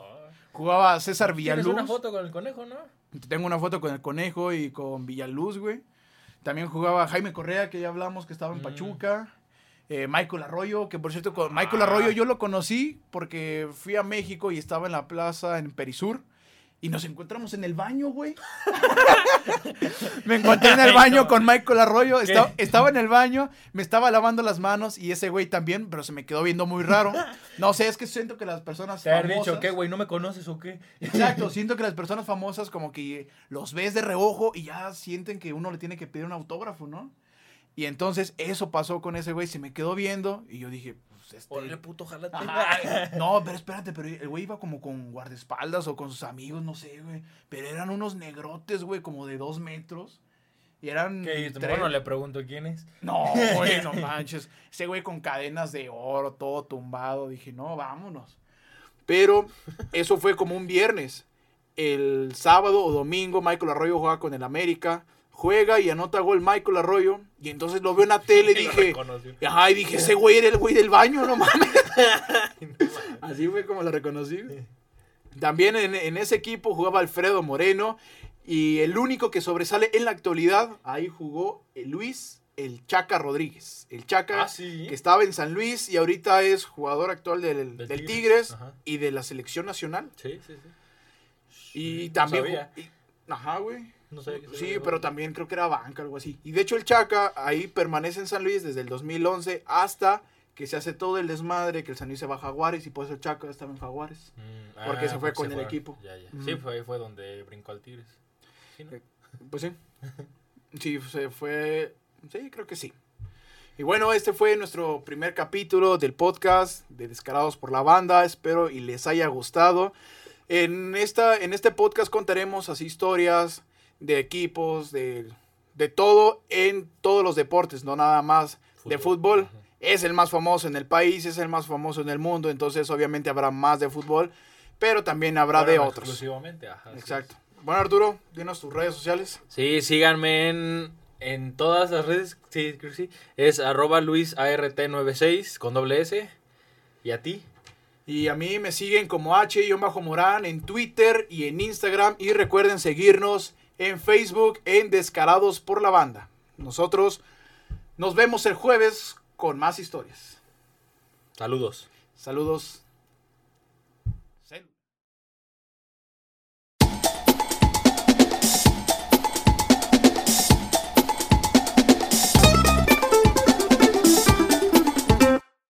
Jugaba César Tienes Villaluz. una foto con el conejo, ¿no? Tengo una foto con el Conejo y con Villaluz, güey. También jugaba Jaime Correa, que ya hablamos, que estaba en Mm. Pachuca. Eh, Michael Arroyo, que por cierto, con Michael Ah. Arroyo yo lo conocí porque fui a México y estaba en la plaza en Perisur. Y nos encontramos en el baño, güey. Me encontré en el Ay, baño no. con Michael Arroyo. ¿Qué? Estaba, estaba en el baño, me estaba lavando las manos y ese güey también, pero se me quedó viendo muy raro. No sé, es que siento que las personas Te haber famosas... dicho, ¿qué, güey? ¿No me conoces o qué? Exacto, siento que las personas famosas como que los ves de reojo y ya sienten que uno le tiene que pedir un autógrafo, ¿no? Y entonces eso pasó con ese güey, se me quedó viendo y yo dije, pues este... Órale, puto, jalate. Ajá. No, pero espérate, pero el güey iba como con guardaespaldas o con sus amigos, no sé, güey. Pero eran unos negrotes, güey, como de dos metros. Y eran... ¿Qué dijiste? tres- Bueno, le pregunto quién es. No, güey, no manches. Ese güey con cadenas de oro, todo tumbado. Dije, no, vámonos. Pero eso fue como un viernes. El sábado o domingo, Michael Arroyo juega con el América. Juega y anota gol Michael Arroyo. Y entonces lo veo en la tele y Y lo dije... reconoció. Ajá, y dije, ese güey era el güey del baño, no mames. Así fue como lo reconocí. También en, en ese equipo jugaba Alfredo Moreno. Y el único que sobresale en la actualidad, ahí jugó el Luis, el Chaca Rodríguez. El Chaca, Ah, sí. que estaba en San Luis y ahorita es jugador actual del, Del del Tigres. Tigres, Ajá. y de la selección nacional. Sí, sí, sí. Y No también... sabía. ju- y- ajá, güey. No sabía que se Sí, había- pero también creo que era banca, algo así. Y de hecho el Chaca ahí permanece en San Luis desde el dos mil once hasta que se hace todo el desmadre, que el San Luis se va a Jaguares y por eso el Chaca estaba en Jaguares. Mm, Porque se fue porque con el equipo. Ya, ya. Ujú. Sí, fue, ahí fue donde brincó al Tigres. Sí, ¿no? Eh, Pues sí. Sí, se fue... Sí, creo que sí. Y bueno, este fue nuestro primer capítulo del podcast de Descarados por la Banda. Espero y les haya gustado. En, esta, en este podcast contaremos así historias de equipos, de, de todo en todos los deportes, no nada más de fútbol. Ajá. Es el más famoso en el país, es el más famoso en el mundo, entonces obviamente habrá más de fútbol, pero también habrá Bueno, de no otros. exclusivamente, ajá. así Exacto. es. Bueno, Arturo, dinos tus redes sociales. Sí, síganme en, en todas las redes. Sí, creo que sí. Es arroba luis art noventa y seis con doble S. ¿Y a ti? Y a mí me siguen como H-Morán en Twitter y en Instagram. Y recuerden seguirnos en Facebook en Descarados por la Banda. Nosotros nos vemos el jueves con más historias. Saludos. Saludos.